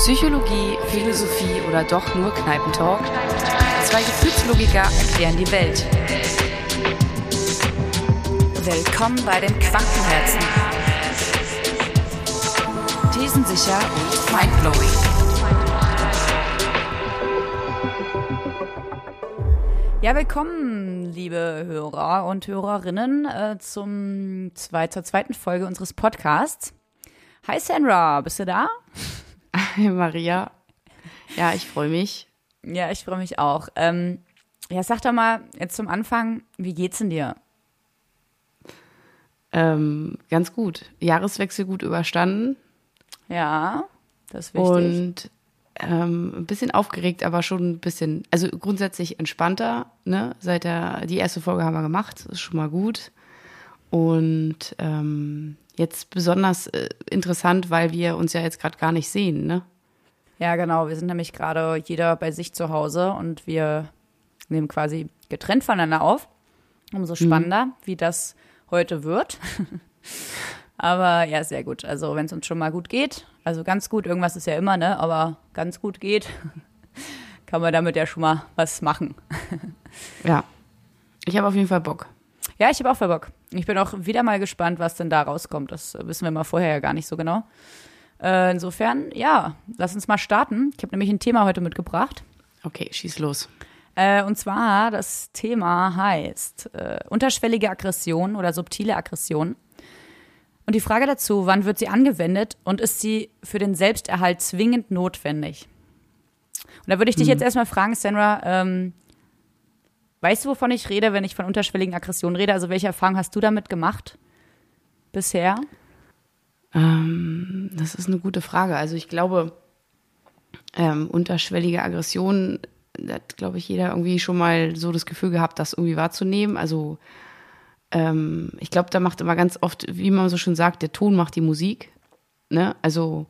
Psychologie, Philosophie oder doch nur Kneipentalk? Zwei Gefühlslogiker erklären die Welt. Willkommen bei den Quantenherzen. Thesensicher und mindblowing. Ja, willkommen, liebe Hörer und Hörerinnen, zur zweiten Folge unseres Podcasts. Hi Sandra, bist du da? Hi Maria. Ja, ich freue mich. Ja, ich freue mich auch. Ja, sag doch mal jetzt zum Anfang, wie geht's denn dir? Ganz gut. Jahreswechsel gut überstanden. Ja, das ist wichtig. Und ein bisschen aufgeregt, aber schon ein bisschen, also grundsätzlich entspannter, ne? Die erste Folge haben wir gemacht, ist schon mal gut. Und jetzt besonders interessant, weil wir uns ja jetzt gerade gar nicht sehen, ne? Ja, genau. Wir sind nämlich gerade jeder bei sich zu Hause und wir nehmen quasi getrennt voneinander auf. Umso spannender, wie das heute wird. Aber ja, sehr gut. Also wenn es uns schon mal gut geht, also ganz gut, irgendwas ist ja immer, ne? Aber ganz gut geht, kann man damit ja schon mal was machen. Ja, ich habe auf jeden Fall Bock. Ja, ich habe auch voll Bock. Ich bin auch wieder mal gespannt, was denn da rauskommt. Das wissen wir mal vorher ja gar nicht so genau. Insofern, ja, lass uns mal starten. Ich habe nämlich ein Thema heute mitgebracht. Okay, schieß los. Und zwar, das Thema heißt unterschwellige Aggression oder subtile Aggression. Und die Frage dazu, wann wird sie angewendet und ist sie für den Selbsterhalt zwingend notwendig? Und da würde ich dich jetzt erstmal fragen, Sandra, weißt du, wovon ich rede, wenn ich von unterschwelligen Aggressionen rede? Also welche Erfahrungen hast du damit gemacht bisher? Das ist eine gute Frage. Also ich glaube, unterschwellige Aggressionen, da hat, glaube ich, jeder irgendwie schon mal so das Gefühl gehabt, das irgendwie wahrzunehmen. Also ich glaube, da macht immer ganz oft, wie man so schön sagt, der Ton macht die Musik. Ne? Also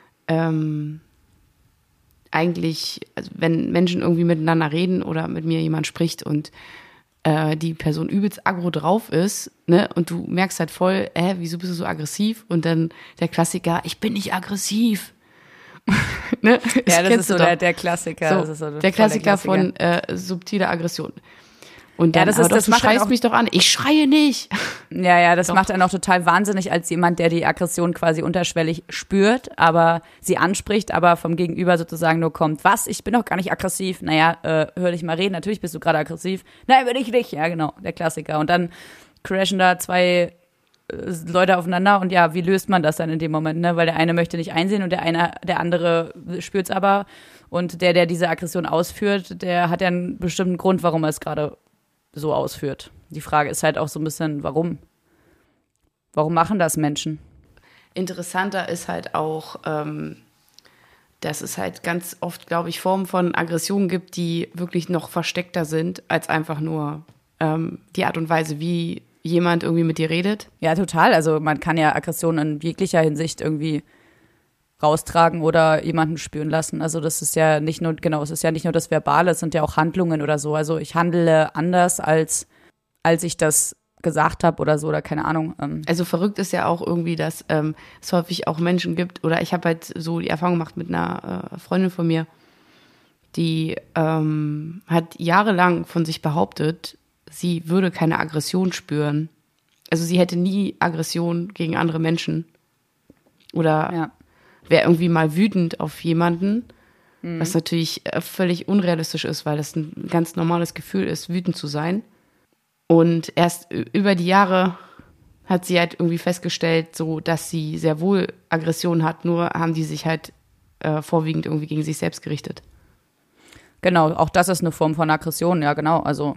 eigentlich, also wenn Menschen irgendwie miteinander reden oder mit mir jemand spricht und die Person übelst aggro drauf ist, ne, und du merkst halt voll, wieso bist du so aggressiv? Und dann der Klassiker, ich bin nicht aggressiv. Ne? Ja, das ist so der Klassiker. So, das ist so der Klassiker von subtiler Aggression. Und dann, ja, du schreist mich doch an. Ich schreie nicht. Ja, das macht einen auch total wahnsinnig als jemand, der die Aggression quasi unterschwellig spürt, aber sie anspricht, aber vom Gegenüber sozusagen nur kommt, was, ich bin doch gar nicht aggressiv. Naja, hör dich mal reden, natürlich bist du gerade aggressiv. Nein, bin ich nicht. Ja, genau, der Klassiker. Und dann crashen da zwei Leute aufeinander und ja, wie löst man das dann in dem Moment, ne? Weil der eine möchte nicht einsehen und der andere spürt's aber und der diese Aggression ausführt, der hat ja einen bestimmten Grund, warum er es gerade so ausführt. Die Frage ist halt auch so ein bisschen, warum? Warum machen das Menschen? Interessanter ist halt auch, dass es halt ganz oft, glaube ich, Formen von Aggression gibt, die wirklich noch versteckter sind, als einfach nur die Art und Weise, wie jemand irgendwie mit dir redet. Ja, total. Also man kann ja Aggressionen in jeglicher Hinsicht irgendwie raustragen oder jemanden spüren lassen. Also das ist ja nicht nur, genau, es ist ja nicht nur das Verbale, es sind ja auch Handlungen oder so. Also ich handle anders, als ich das gesagt habe oder so, oder keine Ahnung. Also verrückt ist ja auch irgendwie, dass es häufig auch Menschen gibt, oder ich habe halt so die Erfahrung gemacht mit einer Freundin von mir, die hat jahrelang von sich behauptet, sie würde keine Aggression spüren. Also sie hätte nie Aggression gegen andere Menschen. Oder wäre irgendwie mal wütend auf jemanden, was natürlich völlig unrealistisch ist, weil das ein ganz normales Gefühl ist, wütend zu sein. Und erst über die Jahre hat sie halt irgendwie festgestellt, so dass sie sehr wohl Aggression hat, nur haben die sich halt vorwiegend irgendwie gegen sich selbst gerichtet. Genau, auch das ist eine Form von Aggression, ja genau. Also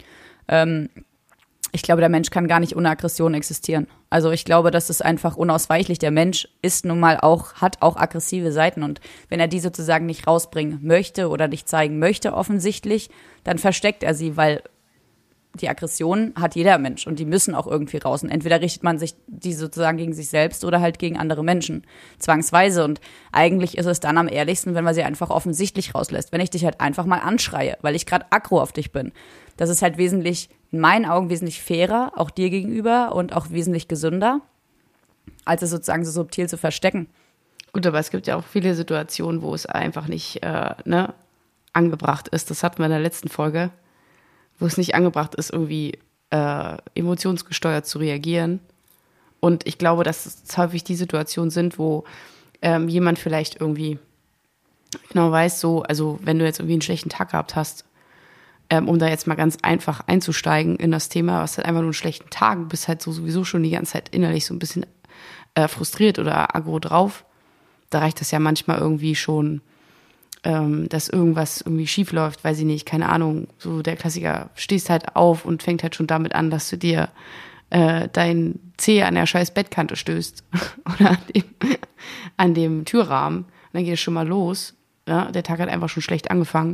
ich glaube, der Mensch kann gar nicht ohne Aggression existieren. Also ich glaube, das ist einfach unausweichlich. Der Mensch ist nun mal hat auch aggressive Seiten. Und wenn er die sozusagen nicht rausbringen möchte oder nicht zeigen möchte offensichtlich, dann versteckt er sie, weil die Aggression hat jeder Mensch und die müssen auch irgendwie raus. Und entweder richtet man sich die sozusagen gegen sich selbst oder halt gegen andere Menschen, zwangsweise. Und eigentlich ist es dann am ehrlichsten, wenn man sie einfach offensichtlich rauslässt. Wenn ich dich halt einfach mal anschreie, weil ich gerade aggro auf dich bin. Das ist halt in meinen Augen wesentlich fairer, auch dir gegenüber und auch wesentlich gesünder, als es sozusagen so subtil zu verstecken. Gut, aber es gibt ja auch viele Situationen, wo es einfach nicht angebracht ist. Das hatten wir in der letzten Folge, wo es nicht angebracht ist, irgendwie emotionsgesteuert zu reagieren. Und ich glaube, dass es häufig die Situationen sind, wo jemand vielleicht irgendwie genau weiß, so, also wenn du jetzt irgendwie einen schlechten Tag gehabt hast, um da jetzt mal ganz einfach einzusteigen in das Thema, was halt einfach nur einen schlechten Tag, bist halt so sowieso schon die ganze Zeit innerlich so ein bisschen frustriert oder aggro drauf. Da reicht das ja manchmal irgendwie schon, dass irgendwas irgendwie schief läuft, weiß ich nicht, keine Ahnung, so der Klassiker, stehst halt auf und fängt halt schon damit an, dass du dir dein Zeh an der scheiß Bettkante stößt oder an dem Türrahmen. Und dann geht es schon mal los. Ja? Der Tag hat einfach schon schlecht angefangen.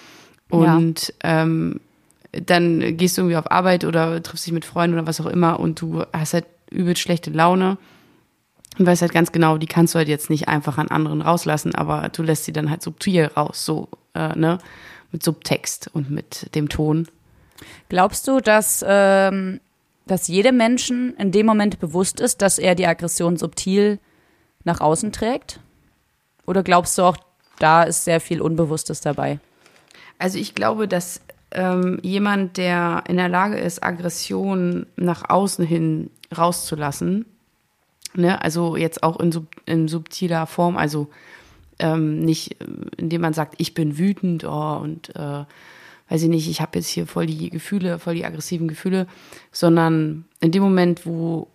Und dann gehst du irgendwie auf Arbeit oder triffst dich mit Freunden oder was auch immer und du hast halt übelst schlechte Laune und weißt halt ganz genau, die kannst du halt jetzt nicht einfach an anderen rauslassen, aber du lässt sie dann halt subtil raus, so, mit Subtext und mit dem Ton. Glaubst du, dass jedem Menschen in dem Moment bewusst ist, dass er die Aggression subtil nach außen trägt? Oder glaubst du auch, da ist sehr viel Unbewusstes dabei? Also ich glaube, dass jemand, der in der Lage ist, Aggression nach außen hin rauszulassen, ne, also jetzt auch in subtiler Form, also nicht, indem man sagt, ich bin wütend, und weiß ich nicht, ich habe jetzt hier voll die Gefühle, voll die aggressiven Gefühle, sondern in dem Moment, wo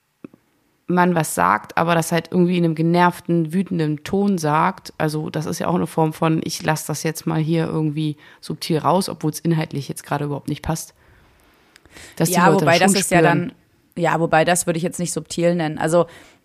man was sagt, aber das halt irgendwie in einem genervten, wütenden Ton sagt, also das ist ja auch eine Form von, ich lasse das jetzt mal hier irgendwie subtil raus, obwohl es inhaltlich jetzt gerade überhaupt nicht passt. Dass ja, wobei das ist ja dann, wobei das würde ich jetzt nicht subtil nennen, also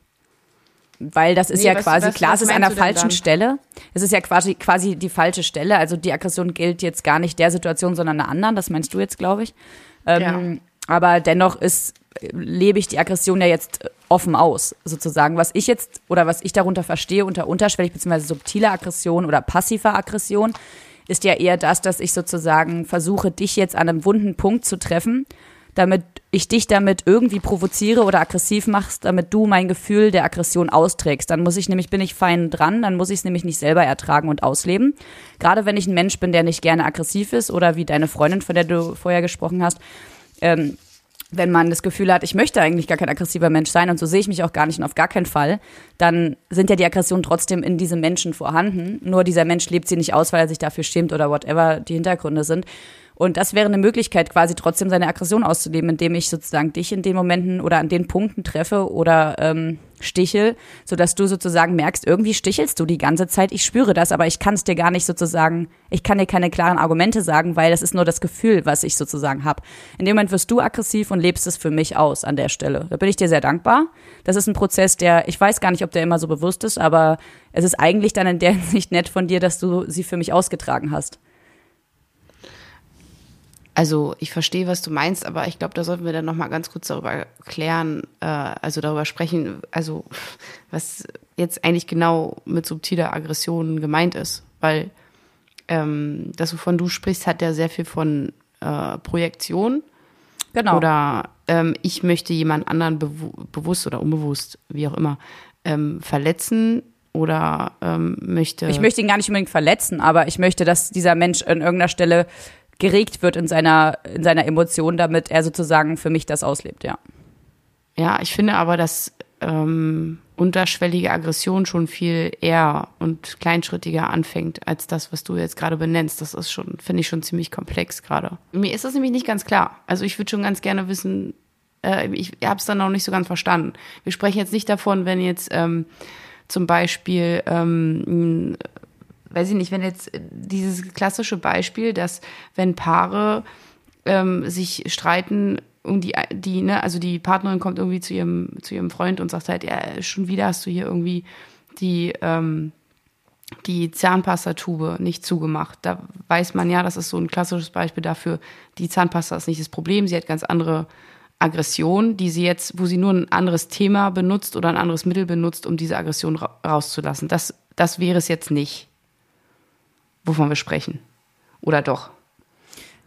weil das ist ja quasi, klar, es ist an der falschen Stelle. Es ist ja quasi die falsche Stelle. Also die Aggression gilt jetzt gar nicht der Situation, sondern einer anderen. Das meinst du jetzt, glaube ich. Aber dennoch lebe ich die Aggression ja jetzt offen aus, sozusagen. Was ich darunter verstehe, unter unterschwellig bzw. subtile Aggression oder passiver Aggression, ist ja eher das, dass ich sozusagen versuche, dich jetzt an einem wunden Punkt zu treffen, damit ich dich damit irgendwie provoziere oder aggressiv machst, damit du mein Gefühl der Aggression austrägst. Dann bin ich fein dran, dann muss ich es nämlich nicht selber ertragen und ausleben. Gerade wenn ich ein Mensch bin, der nicht gerne aggressiv ist oder wie deine Freundin, von der du vorher gesprochen hast, wenn man das Gefühl hat, ich möchte eigentlich gar kein aggressiver Mensch sein und so sehe ich mich auch gar nicht und auf gar keinen Fall, dann sind ja die Aggressionen trotzdem in diesem Menschen vorhanden. Nur dieser Mensch lebt sie nicht aus, weil er sich dafür schämt oder whatever die Hintergründe sind. Und das wäre eine Möglichkeit, quasi trotzdem seine Aggression auszuleben, indem ich sozusagen dich in den Momenten oder an den Punkten treffe oder stichel, sodass du sozusagen merkst, irgendwie stichelst du die ganze Zeit, ich spüre das, aber ich kann es dir gar nicht sozusagen, ich kann dir keine klaren Argumente sagen, weil das ist nur das Gefühl, was ich sozusagen habe. In dem Moment wirst du aggressiv und lebst es für mich aus an der Stelle. Da bin ich dir sehr dankbar. Das ist ein Prozess, ich weiß gar nicht, ob der immer so bewusst ist, aber es ist eigentlich dann in der Hinsicht nett von dir, dass du sie für mich ausgetragen hast. Also ich verstehe, was du meinst, aber ich glaube, da sollten wir dann noch mal ganz kurz darüber klären, also darüber sprechen, also was jetzt eigentlich genau mit subtiler Aggression gemeint ist. Weil das, wovon du sprichst, hat ja sehr viel von Projektion. Genau. Oder ich möchte jemand anderen bewusst oder unbewusst, wie auch immer, verletzen oder möchte... Ich möchte ihn gar nicht unbedingt verletzen, aber ich möchte, dass dieser Mensch an irgendeiner Stelle geregt wird in seiner Emotion, damit er sozusagen für mich das auslebt, ja. Ja, ich finde aber, dass unterschwellige Aggression schon viel eher und kleinschrittiger anfängt, als das, was du jetzt gerade benennst. Das ist schon, finde ich, schon ziemlich komplex gerade. Mir ist das nämlich nicht ganz klar. Also ich würde schon ganz gerne wissen, ich habe es dann noch nicht so ganz verstanden. Wir sprechen jetzt nicht davon, wenn jetzt zum Beispiel weiß ich nicht, wenn jetzt dieses klassische Beispiel, dass wenn Paare sich streiten, also die Partnerin kommt irgendwie zu ihrem Freund und sagt halt, ja, schon wieder hast du hier irgendwie die Zahnpastatube nicht zugemacht. Da weiß man ja, das ist so ein klassisches Beispiel dafür, die Zahnpasta ist nicht das Problem, sie hat ganz andere Aggression, wo sie nur ein anderes Thema benutzt oder ein anderes Mittel benutzt, um diese Aggression rauszulassen. Das wäre es jetzt nicht, wovon wir sprechen. Oder doch?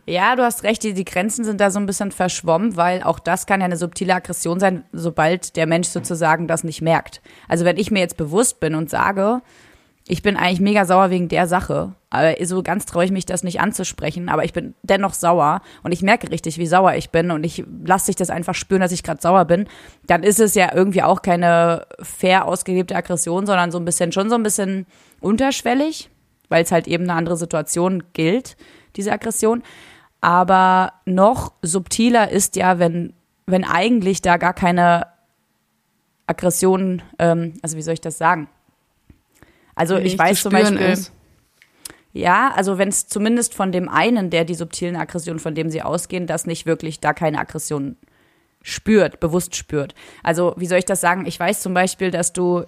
Ja, du hast recht, die Grenzen sind da so ein bisschen verschwommen, weil auch das kann ja eine subtile Aggression sein, sobald der Mensch sozusagen das nicht merkt. Also wenn ich mir jetzt bewusst bin und sage, ich bin eigentlich mega sauer wegen der Sache, aber so ganz traue ich mich, das nicht anzusprechen, aber ich bin dennoch sauer und ich merke richtig, wie sauer ich bin und ich lasse sich das einfach spüren, dass ich gerade sauer bin, dann ist es ja irgendwie auch keine fair ausgelebte Aggression, sondern schon so ein bisschen unterschwellig, weil es halt eben eine andere Situation gilt, diese Aggression. Aber noch subtiler ist ja, wenn eigentlich da gar keine Aggression, also wie soll ich das sagen? Also ich weiß zum Beispiel, ist. Ja, also wenn es zumindest von dem einen, der die subtilen Aggressionen, von dem sie ausgehen, das nicht wirklich da keine Aggression spürt, bewusst spürt. Also wie soll ich das sagen? Ich weiß zum Beispiel, dass du,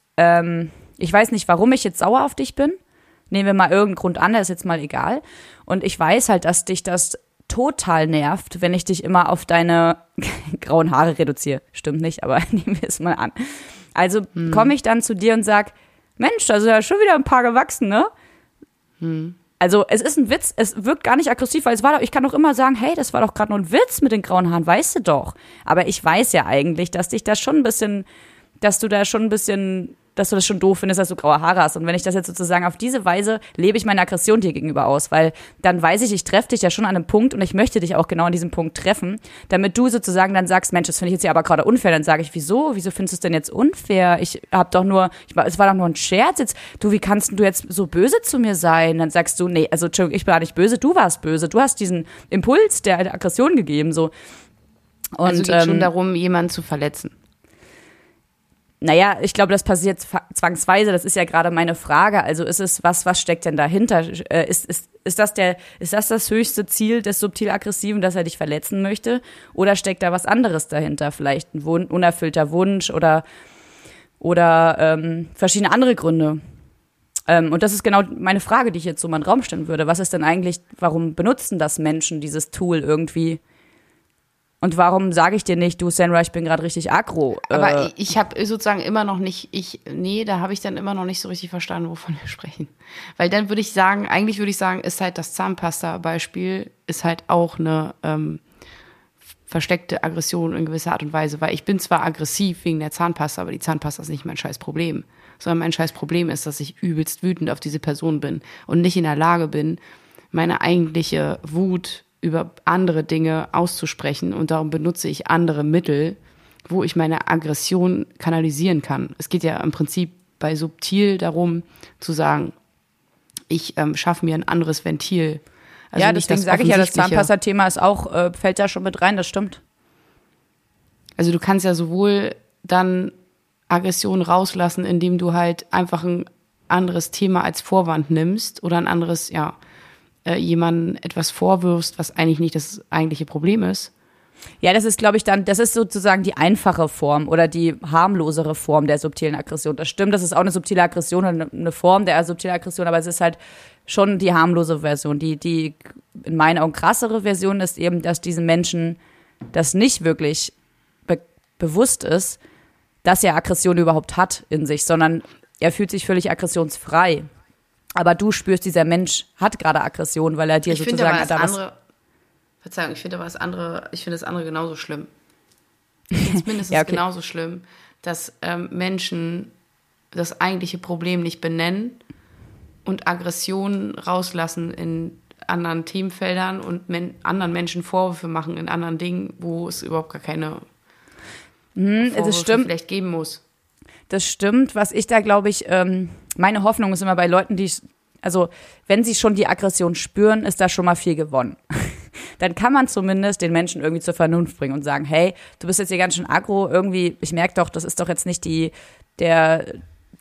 ich weiß nicht, warum ich jetzt sauer auf dich bin. Nehmen wir mal irgendeinen Grund an, der ist jetzt mal egal. Und ich weiß halt, dass dich das total nervt, wenn ich dich immer auf deine grauen Haare reduziere. Stimmt nicht, aber nehmen wir es mal an. Also komme ich dann zu dir und sag, Mensch, da sind ja schon wieder ein paar gewachsen, ne? Also es ist ein Witz, es wirkt gar nicht aggressiv, weil ich kann doch immer sagen, hey, das war doch gerade nur ein Witz mit den grauen Haaren, weißt du doch. Aber ich weiß ja eigentlich, dass dich das schon ein bisschen, dass du das schon doof findest, dass du graue Haare hast. Und wenn ich das jetzt sozusagen auf diese Weise lebe ich meine Aggression dir gegenüber aus, weil dann weiß ich treffe dich ja schon an einem Punkt und ich möchte dich auch genau an diesem Punkt treffen, damit du sozusagen dann sagst, Mensch, das finde ich jetzt ja aber gerade unfair. Dann sage ich, wieso findest du es denn jetzt unfair? Es war doch nur ein Scherz jetzt. Wie kannst du jetzt so böse zu mir sein? Dann sagst du, nee, also Entschuldigung, ich war nicht böse, du warst böse. Du hast diesen Impuls der Aggression gegeben, so. Und, also geht schon darum, jemanden zu verletzen. Naja, ich glaube, das passiert zwangsweise. Das ist ja gerade meine Frage. Also ist es was steckt denn dahinter? Ist das höchste Ziel des subtil-aggressiven, dass er dich verletzen möchte? Oder steckt da was anderes dahinter? Vielleicht ein unerfüllter Wunsch oder verschiedene andere Gründe? Und das ist genau meine Frage, die ich jetzt so mal in den Raum stellen würde. Was ist denn eigentlich, warum benutzen das Menschen, dieses Tool irgendwie? Und warum sage ich dir nicht, du Sandra, ich bin gerade richtig aggro? Aber ich habe sozusagen immer noch nicht, da habe ich dann immer noch nicht so richtig verstanden, wovon wir sprechen. Weil dann würde ich sagen, ist halt das Zahnpasta-Beispiel, ist halt auch eine versteckte Aggression in gewisser Art und Weise. Weil ich bin zwar aggressiv wegen der Zahnpasta, aber die Zahnpasta ist nicht mein scheiß Problem. Sondern mein scheiß Problem ist, dass ich übelst wütend auf diese Person bin und nicht in der Lage bin, meine eigentliche Wut über andere Dinge auszusprechen und darum benutze ich andere Mittel, wo ich meine Aggression kanalisieren kann. Es geht ja im Prinzip bei subtil darum zu sagen, ich schaffe mir ein anderes Ventil. Also ja, deswegen sage ich ja, das Zahnpasta-Thema ist auch, fällt da schon mit rein, das stimmt. Also du kannst ja sowohl dann Aggression rauslassen, indem du halt einfach ein anderes Thema als Vorwand nimmst oder ein anderes, jemandem etwas vorwirfst, was eigentlich nicht das eigentliche Problem ist. Ja, das ist, glaube ich, das ist sozusagen die einfache Form oder die harmlosere Form der subtilen Aggression. Das stimmt, das ist auch eine subtile Aggression, eine Form der subtilen Aggression, aber es ist halt schon die harmlose Version. Die in meinen Augen krassere Version ist eben, dass diesen Menschen das nicht wirklich bewusst ist, dass er Aggression überhaupt hat in sich, sondern er fühlt sich völlig aggressionsfrei. Aber du spürst, dieser Mensch hat gerade Aggression, weil er dir sozusagen Verzeihung, ich finde das andere genauso schlimm. Ich finde es mindestens genauso schlimm, dass Menschen das eigentliche Problem nicht benennen und Aggressionen rauslassen in anderen Themenfeldern und anderen Menschen Vorwürfe machen in anderen Dingen, wo es überhaupt gar keine Vorwürfe vielleicht geben muss. Das stimmt. Was ich da, glaube ich, meine Hoffnung ist immer bei Leuten, wenn sie schon die Aggression spüren, ist da schon mal viel gewonnen. Dann kann man zumindest den Menschen irgendwie zur Vernunft bringen und sagen, hey, du bist jetzt hier ganz schön aggro, irgendwie, ich merke doch, das ist doch jetzt nicht der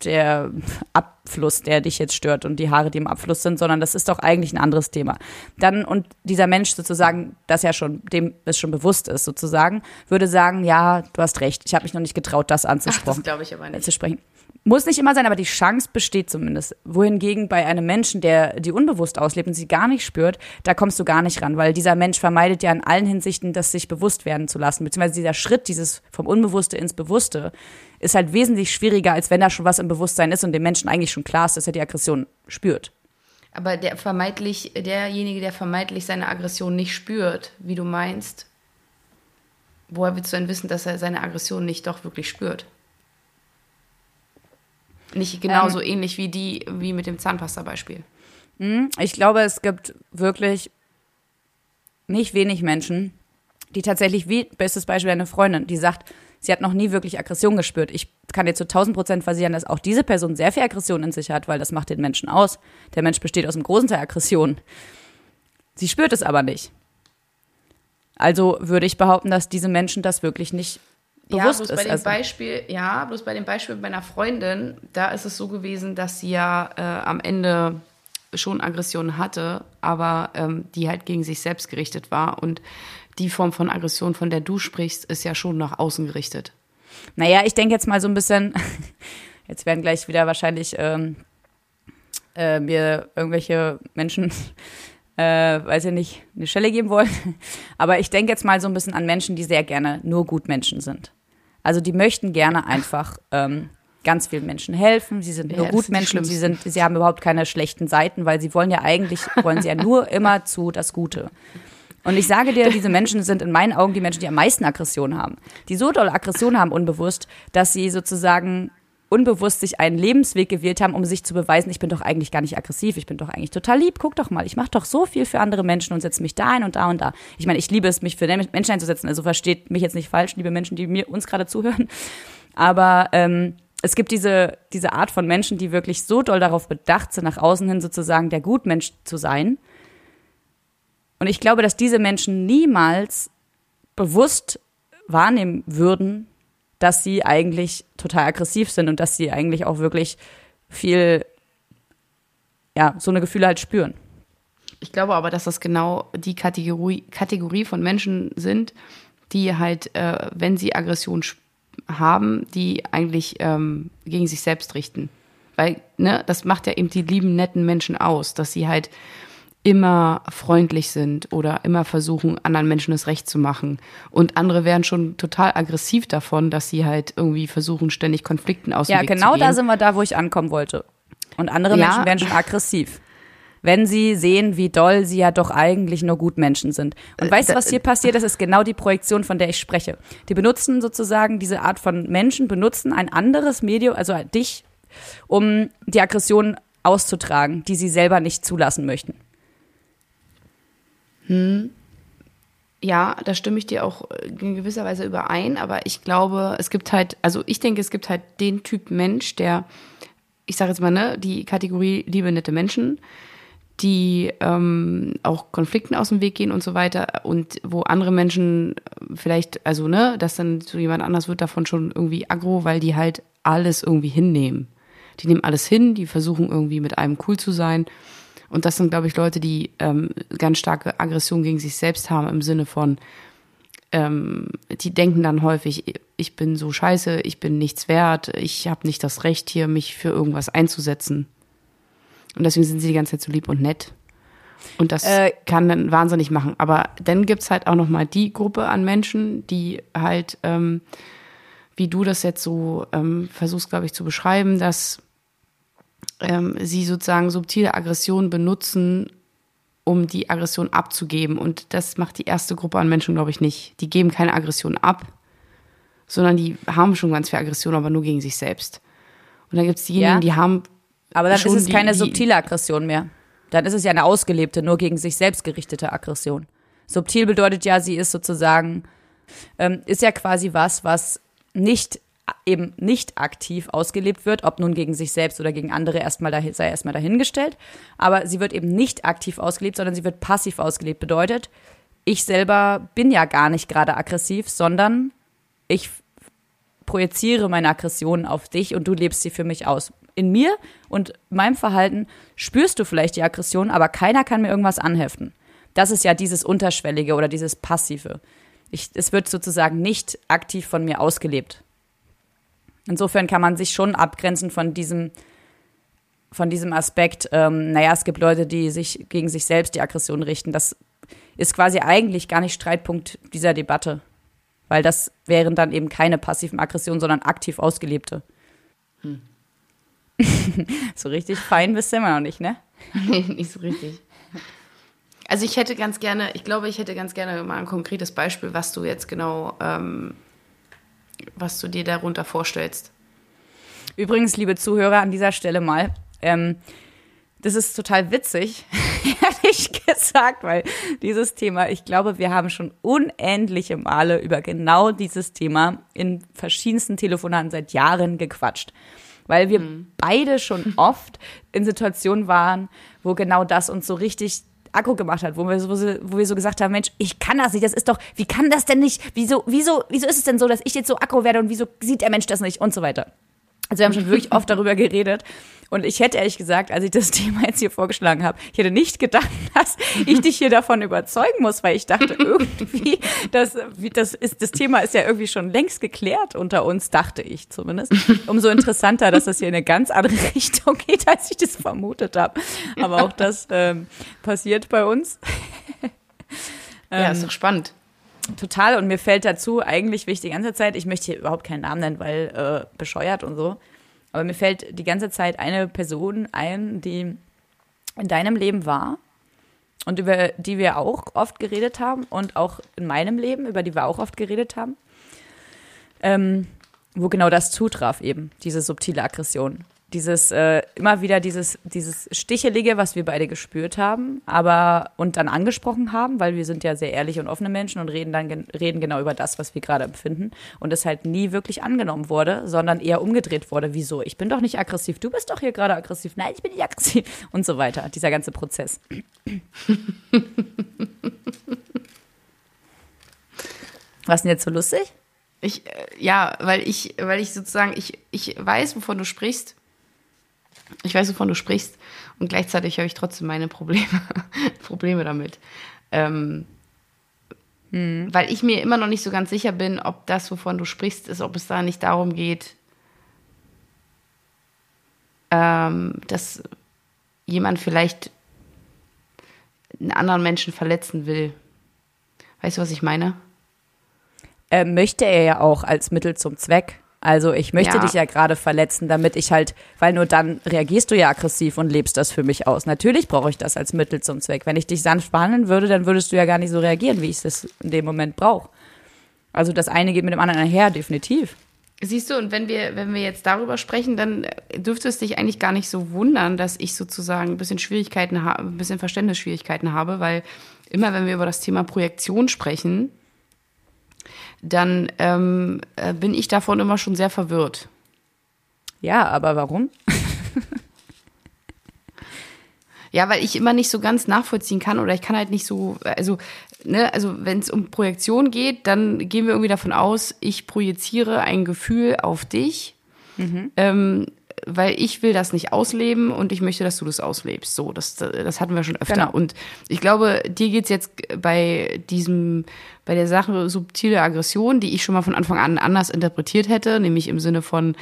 Abfluss, der dich jetzt stört und die Haare, die im Abfluss sind, sondern das ist doch eigentlich ein anderes Thema. Dann, und dieser Mensch sozusagen, dem es schon bewusst ist sozusagen, würde sagen, ja, du hast recht, ich habe mich noch nicht getraut, das anzusprechen. Das glaube ich aber nicht. Zu sprechen. Muss nicht immer sein, aber die Chance besteht zumindest. Wohingegen bei einem Menschen, der die unbewusst auslebt und sie gar nicht spürt, da kommst du gar nicht ran, weil dieser Mensch vermeidet ja in allen Hinsichten, das sich bewusst werden zu lassen. Beziehungsweise dieser Schritt, dieses vom Unbewusste ins Bewusste, ist halt wesentlich schwieriger, als wenn da schon was im Bewusstsein ist und dem Menschen eigentlich schon klar ist, dass er die Aggression spürt. Aber derjenige, der vermeintlich seine Aggression nicht spürt, wie du meinst, woher willst du denn wissen, dass er seine Aggression nicht doch wirklich spürt? Nicht genauso ähnlich wie mit dem Zahnpasta-Beispiel. Ich glaube, es gibt wirklich nicht wenig Menschen, die tatsächlich, wie bestes Beispiel eine Freundin, die sagt, sie hat noch nie wirklich Aggression gespürt. Ich kann dir zu 1000% versichern, dass auch diese Person sehr viel Aggression in sich hat, weil das macht den Menschen aus. Der Mensch besteht aus einem großen Teil Aggression. Sie spürt es aber nicht. Also würde ich behaupten, dass diese Menschen das wirklich nicht bewusst ist. Bloß bei dem Beispiel meiner Freundin, da ist es so gewesen, dass sie ja am Ende schon Aggression hatte, aber die halt gegen sich selbst gerichtet war. Und die Form von Aggression, von der du sprichst, ist ja schon nach außen gerichtet. Naja, ich denke jetzt mal so ein bisschen, jetzt werden gleich wieder wahrscheinlich mir irgendwelche Menschen, weiß ich nicht, eine Schelle geben wollen. Aber ich denke jetzt mal so ein bisschen an Menschen, die sehr gerne nur Gutmenschen sind. Also die möchten gerne einfach ganz vielen Menschen helfen. Sie sind nur Gutmenschen, sie haben überhaupt keine schlechten Seiten, weil sie wollen ja nur immer zu das Gute. Und ich sage dir, diese Menschen sind in meinen Augen die Menschen, die am meisten Aggression haben. Die so doll Aggression haben, unbewusst, dass sie sozusagen unbewusst sich einen Lebensweg gewählt haben, um sich zu beweisen, ich bin doch eigentlich gar nicht aggressiv, ich bin doch eigentlich total lieb, guck doch mal, ich mache doch so viel für andere Menschen und setze mich da ein und da und da. Ich meine, ich liebe es, mich für Menschen einzusetzen, also versteht mich jetzt nicht falsch, liebe Menschen, die uns gerade zuhören. Aber es gibt diese Art von Menschen, die wirklich so doll darauf bedacht sind, nach außen hin sozusagen der Gutmensch zu sein. Und ich glaube, dass diese Menschen niemals bewusst wahrnehmen würden, dass sie eigentlich total aggressiv sind und dass sie eigentlich auch wirklich viel, ja, so eine Gefühle halt spüren. Ich glaube aber, dass das genau die Kategorie von Menschen sind, die halt, wenn sie Aggression haben, die eigentlich gegen sich selbst richten. Weil, das macht ja eben die lieben, netten Menschen aus, dass sie halt immer freundlich sind oder immer versuchen, anderen Menschen das Recht zu machen. Und andere werden schon total aggressiv davon, dass sie halt irgendwie versuchen, ständig Konflikten aus dem Weg zu gehen. Ja, genau da sind wir da, wo ich ankommen wollte. Und andere Menschen werden schon aggressiv, wenn sie sehen, wie doll sie ja doch eigentlich nur Gutmenschen sind. Und weißt du, was hier passiert? Das ist genau die Projektion, von der ich spreche. Die benutzen sozusagen, diese Art von Menschen benutzen ein anderes Medium, also dich, um die Aggression auszutragen, die sie selber nicht zulassen möchten. Ja, da stimme ich dir auch in gewisser Weise überein, aber ich glaube, es gibt halt den Typ Mensch, der, ich sage jetzt mal, die Kategorie liebe, nette Menschen, die auch Konflikten aus dem Weg gehen und so weiter und wo andere Menschen vielleicht, also dass dann so jemand anders wird davon schon irgendwie aggro, weil die halt alles irgendwie hinnehmen. Die nehmen alles hin, die versuchen irgendwie mit einem cool zu sein. Und das sind, glaube ich, Leute, die ganz starke Aggression gegen sich selbst haben im Sinne von, die denken dann häufig, ich bin so scheiße, ich bin nichts wert, ich habe nicht das Recht hier, mich für irgendwas einzusetzen. Und deswegen sind sie die ganze Zeit so lieb und nett. Und das kann dann wahnsinnig machen. Aber dann gibt's halt auch noch mal die Gruppe an Menschen, die halt, wie du das jetzt so versuchst, glaube ich, zu beschreiben, dass sie sozusagen subtile Aggression benutzen, um die Aggression abzugeben. Und das macht die erste Gruppe an Menschen, glaube ich, nicht. Die geben keine Aggression ab, sondern die haben schon ganz viel Aggression, aber nur gegen sich selbst. Und dann gibt es diejenigen, die haben. Aber dann ist es keine subtile Aggression mehr. Dann ist es ja eine ausgelebte, nur gegen sich selbst gerichtete Aggression. Subtil bedeutet ja, sie ist sozusagen, ist ja quasi was eben nicht aktiv ausgelebt wird, ob nun gegen sich selbst oder gegen andere sei erstmal dahingestellt. Aber sie wird eben nicht aktiv ausgelebt, sondern sie wird passiv ausgelebt. Bedeutet, ich selber bin ja gar nicht gerade aggressiv, sondern ich projiziere meine Aggression auf dich und du lebst sie für mich aus. In mir und meinem Verhalten spürst du vielleicht die Aggression, aber keiner kann mir irgendwas anheften. Das ist ja dieses Unterschwellige oder dieses Passive. Es wird sozusagen nicht aktiv von mir ausgelebt. Insofern kann man sich schon abgrenzen von diesem Aspekt, es gibt Leute, die sich gegen sich selbst die Aggression richten. Das ist quasi eigentlich gar nicht Streitpunkt dieser Debatte. Weil das wären dann eben keine passiven Aggressionen, sondern aktiv ausgelebte. So richtig fein bist du immer noch nicht, ne? Nee, nicht so richtig. Also ich hätte ganz gerne mal ein konkretes Beispiel, was du jetzt genau, was du dir darunter vorstellst. Übrigens, liebe Zuhörer, an dieser Stelle mal, das ist total witzig, ehrlich gesagt, weil dieses Thema, ich glaube, wir haben schon unendliche Male über genau dieses Thema in verschiedensten Telefonaten seit Jahren gequatscht. Weil wir beide schon oft in Situationen waren, wo genau das uns so richtig Akku gemacht hat, wo wir so gesagt haben, Mensch, ich kann das nicht, das ist doch, wie kann das denn nicht, wieso ist es denn so, dass ich jetzt so Akku werde und wieso sieht der Mensch das nicht und so weiter. Also wir haben schon wirklich oft darüber geredet und ich hätte ehrlich gesagt, als ich das Thema jetzt hier vorgeschlagen habe, ich hätte nicht gedacht, dass ich dich hier davon überzeugen muss, weil ich dachte irgendwie, das Thema ist ja irgendwie schon längst geklärt unter uns, dachte ich zumindest. Umso interessanter, dass das hier in eine ganz andere Richtung geht, als ich das vermutet habe. Aber auch das passiert bei uns. Ja, ist doch spannend. Total, und mir fällt dazu eigentlich wichtig die ganze Zeit, ich möchte hier überhaupt keinen Namen nennen, weil bescheuert und so, aber mir fällt die ganze Zeit eine Person ein, die in deinem Leben war und über die wir auch oft geredet haben und auch in meinem Leben, über die wir auch oft geredet haben, wo genau das zutraf eben, diese subtile Aggression. Dieses immer wieder dieses Stichelige, was wir beide gespürt haben, und dann angesprochen haben, weil wir sind ja sehr ehrliche und offene Menschen und reden genau über das, was wir gerade empfinden und es halt nie wirklich angenommen wurde, sondern eher umgedreht wurde. Wieso? Ich bin doch nicht aggressiv, du bist doch hier gerade aggressiv. Nein, ich bin nicht aggressiv und so weiter. Dieser ganze Prozess. Was ist denn jetzt so lustig? Weil ich sozusagen, ich weiß, wovon du sprichst. Ich weiß, wovon du sprichst und gleichzeitig habe ich trotzdem meine Probleme damit. Weil ich mir immer noch nicht so ganz sicher bin, ob das, wovon du sprichst, ist, ob es da nicht darum geht, dass jemand vielleicht einen anderen Menschen verletzen will. Weißt du, was ich meine? Möchte er ja auch als Mittel zum Zweck. Also ich möchte dich ja gerade verletzen, damit ich halt, weil nur dann reagierst du ja aggressiv und lebst das für mich aus. Natürlich brauche ich das als Mittel zum Zweck. Wenn ich dich sanft behandeln würde, dann würdest du ja gar nicht so reagieren, wie ich es in dem Moment brauche. Also das eine geht mit dem anderen einher, definitiv. Siehst du, und wenn wir jetzt darüber sprechen, dann dürfte es dich eigentlich gar nicht so wundern, dass ich sozusagen ein bisschen Verständnisschwierigkeiten habe, weil immer, wenn wir über das Thema Projektion sprechen, dann bin ich davon immer schon sehr verwirrt. Ja, aber warum? Ja, weil ich immer nicht so ganz nachvollziehen kann oder ich kann halt nicht so, also wenn es um Projektion geht, dann gehen wir irgendwie davon aus, ich projiziere ein Gefühl auf dich, weil ich will das nicht ausleben und ich möchte, dass du das auslebst. So, das hatten wir schon öfter. Genau. Und ich glaube, dir geht's jetzt bei der Sache subtile Aggression, die ich schon mal von Anfang an anders interpretiert hätte, nämlich im Sinne von,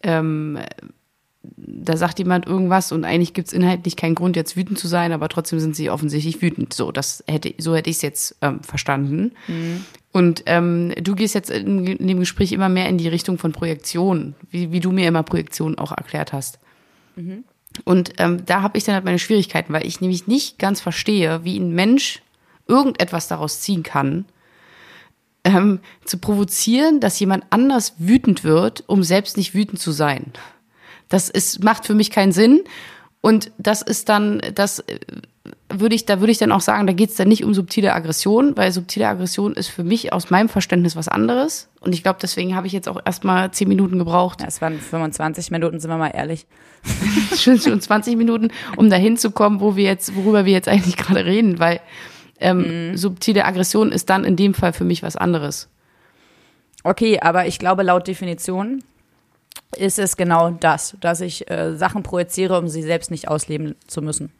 da sagt jemand irgendwas und eigentlich gibt's inhaltlich keinen Grund, jetzt wütend zu sein, aber trotzdem sind sie offensichtlich wütend. So hätte ich es jetzt verstanden. Mhm. Und du gehst jetzt in dem Gespräch immer mehr in die Richtung von Projektion, wie du mir immer Projektion auch erklärt hast. Mhm. Und da habe ich dann halt meine Schwierigkeiten, weil ich nämlich nicht ganz verstehe, wie ein Mensch irgendetwas daraus ziehen kann, zu provozieren, dass jemand anders wütend wird, um selbst nicht wütend zu sein. Macht für mich keinen Sinn. Und das ist dann, da würde ich dann auch sagen, da geht es dann nicht um subtile Aggression, weil subtile Aggression ist für mich aus meinem Verständnis was anderes. Und ich glaube, deswegen habe ich jetzt auch erstmal 10 Minuten gebraucht. Ja, es waren 25 Minuten, sind wir mal ehrlich. Schon 20 Minuten, um dahin zu kommen, worüber wir jetzt eigentlich gerade reden, weil subtile Aggression ist dann in dem Fall für mich was anderes. Okay, aber ich glaube, laut Definition ist es genau das, dass ich Sachen projiziere, um sie selbst nicht ausleben zu müssen.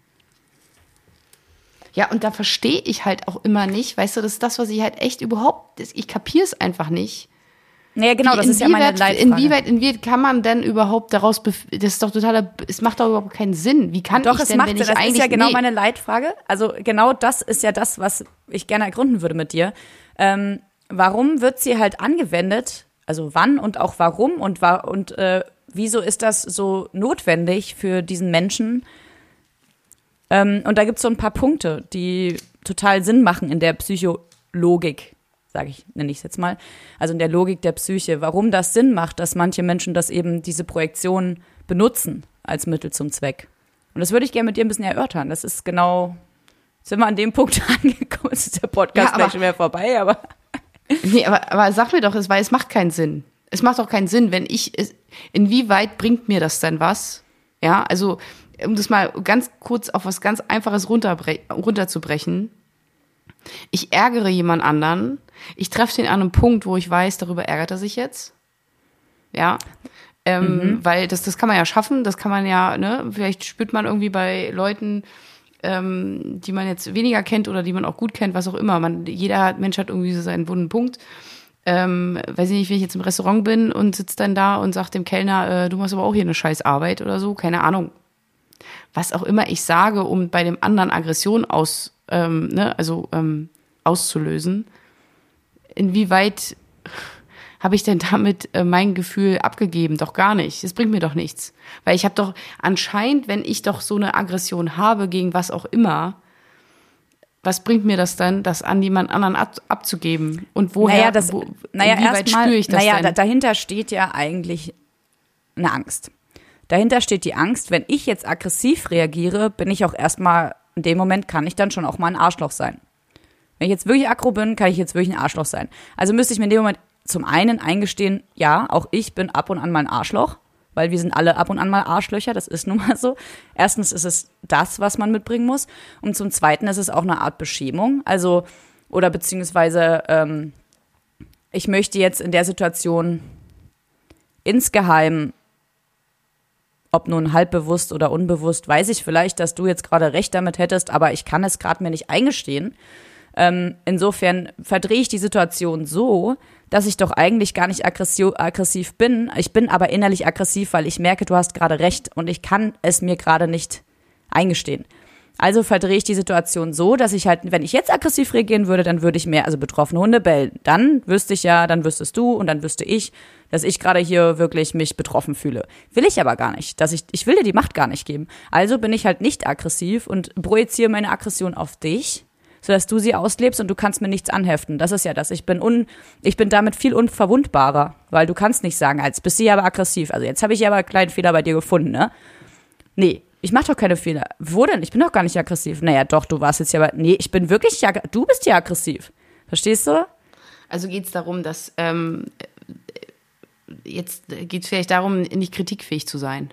Ja, und da verstehe ich halt auch immer nicht, weißt du, das ist das, was ich halt echt ich kapiere es einfach nicht. Naja, genau, das ist ja meine Leitfrage. Inwieweit kann man denn überhaupt daraus, das ist doch es macht doch überhaupt keinen Sinn. Wie kann doch, ich denn, wenn ich eigentlich... Doch, das ist ja genau meine Leitfrage. Also genau das ist ja das, was ich gerne ergründen würde mit dir. Warum wird sie halt angewendet? Also wann und auch warum und wieso ist das so notwendig für diesen Menschen, Und da gibt es so ein paar Punkte, die total Sinn machen in der Psychologik, nenne ich es jetzt mal. Also in der Logik der Psyche. Warum das Sinn macht, dass manche Menschen diese Projektion benutzen als Mittel zum Zweck. Und das würde ich gerne mit dir ein bisschen erörtern. Das ist genau, sind wir an dem Punkt angekommen, ist der Podcast gleich schon wieder vorbei, aber. Nee, aber sag mir doch, weil es macht keinen Sinn. Es macht doch keinen Sinn, inwieweit bringt mir das denn was? Ja, also, um das mal ganz kurz auf was ganz Einfaches runterzubrechen. Ich ärgere jemand anderen. Ich treffe den an einem Punkt, wo ich weiß, darüber ärgert er sich jetzt. Ja, weil das kann man ja schaffen. Das kann man ja, ne, vielleicht spürt man irgendwie bei Leuten, die man jetzt weniger kennt oder die man auch gut kennt, was auch immer. Jeder Mensch hat irgendwie so seinen wunden Punkt. Weiß ich nicht, wenn ich jetzt im Restaurant bin und sitze dann da und sage dem Kellner, du machst aber auch hier eine scheiß Arbeit oder so, keine Ahnung. Was auch immer ich sage, um bei dem anderen Aggression auszulösen. Inwieweit habe ich denn damit mein Gefühl abgegeben? Doch gar nicht. Das bringt mir doch nichts. Weil ich habe doch anscheinend, wenn ich doch so eine Aggression habe gegen was auch immer, was bringt mir das dann, das an jemand anderen abzugeben? Und woher, inwieweit spüre ich das denn? Dahinter steht ja eigentlich eine Angst. Dahinter steht die Angst, wenn ich jetzt aggressiv reagiere, bin ich auch erstmal, in dem Moment kann ich dann schon auch mal ein Arschloch sein. Wenn ich jetzt wirklich aggro bin, kann ich jetzt wirklich ein Arschloch sein. Also müsste ich mir in dem Moment zum einen eingestehen, ja, auch ich bin ab und an mal ein Arschloch, weil wir sind alle ab und an mal Arschlöcher, das ist nun mal so. Erstens ist es das, was man mitbringen muss. Und zum Zweiten ist es auch eine Art Beschämung. Also, oder beziehungsweise, ich möchte jetzt in der Situation insgeheim, ob nun halbbewusst oder unbewusst, weiß ich vielleicht, dass du jetzt gerade recht damit hättest, aber ich kann es gerade mir nicht eingestehen. Insofern verdrehe ich die Situation so, dass ich doch eigentlich gar nicht aggressiv bin. Ich bin aber innerlich aggressiv, weil ich merke, du hast gerade recht und ich kann es mir gerade nicht eingestehen. Also verdrehe ich die Situation so, dass ich halt, wenn ich jetzt aggressiv reagieren würde, dann würde ich mehr, also betroffene Hunde bellen. Dann wüsste ich ja, dann wüsstest du und dann wüsste ich, dass ich gerade hier wirklich mich betroffen fühle. Will ich aber gar nicht. Ich will dir die Macht gar nicht geben. Also bin ich halt nicht aggressiv und projiziere meine Aggression auf dich, sodass du sie auslebst und du kannst mir nichts anheften. Das ist ja das. Ich bin damit viel unverwundbarer, weil du kannst nicht sagen, jetzt bist du ja aber aggressiv. Also jetzt habe ich ja aber einen kleinen Fehler bei dir gefunden, ne? Nee, ich mache doch keine Fehler. Wo denn? Ich bin doch gar nicht aggressiv. Naja, doch, du warst jetzt ja aber, nee, ich bin wirklich, du bist ja aggressiv. Verstehst du? Also geht es darum, dass, jetzt geht es vielleicht darum, nicht kritikfähig zu sein.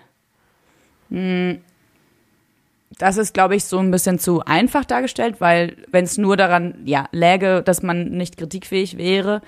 Das ist, glaube ich, so ein bisschen zu einfach dargestellt, weil wenn es nur daran läge, dass man nicht kritikfähig wäre,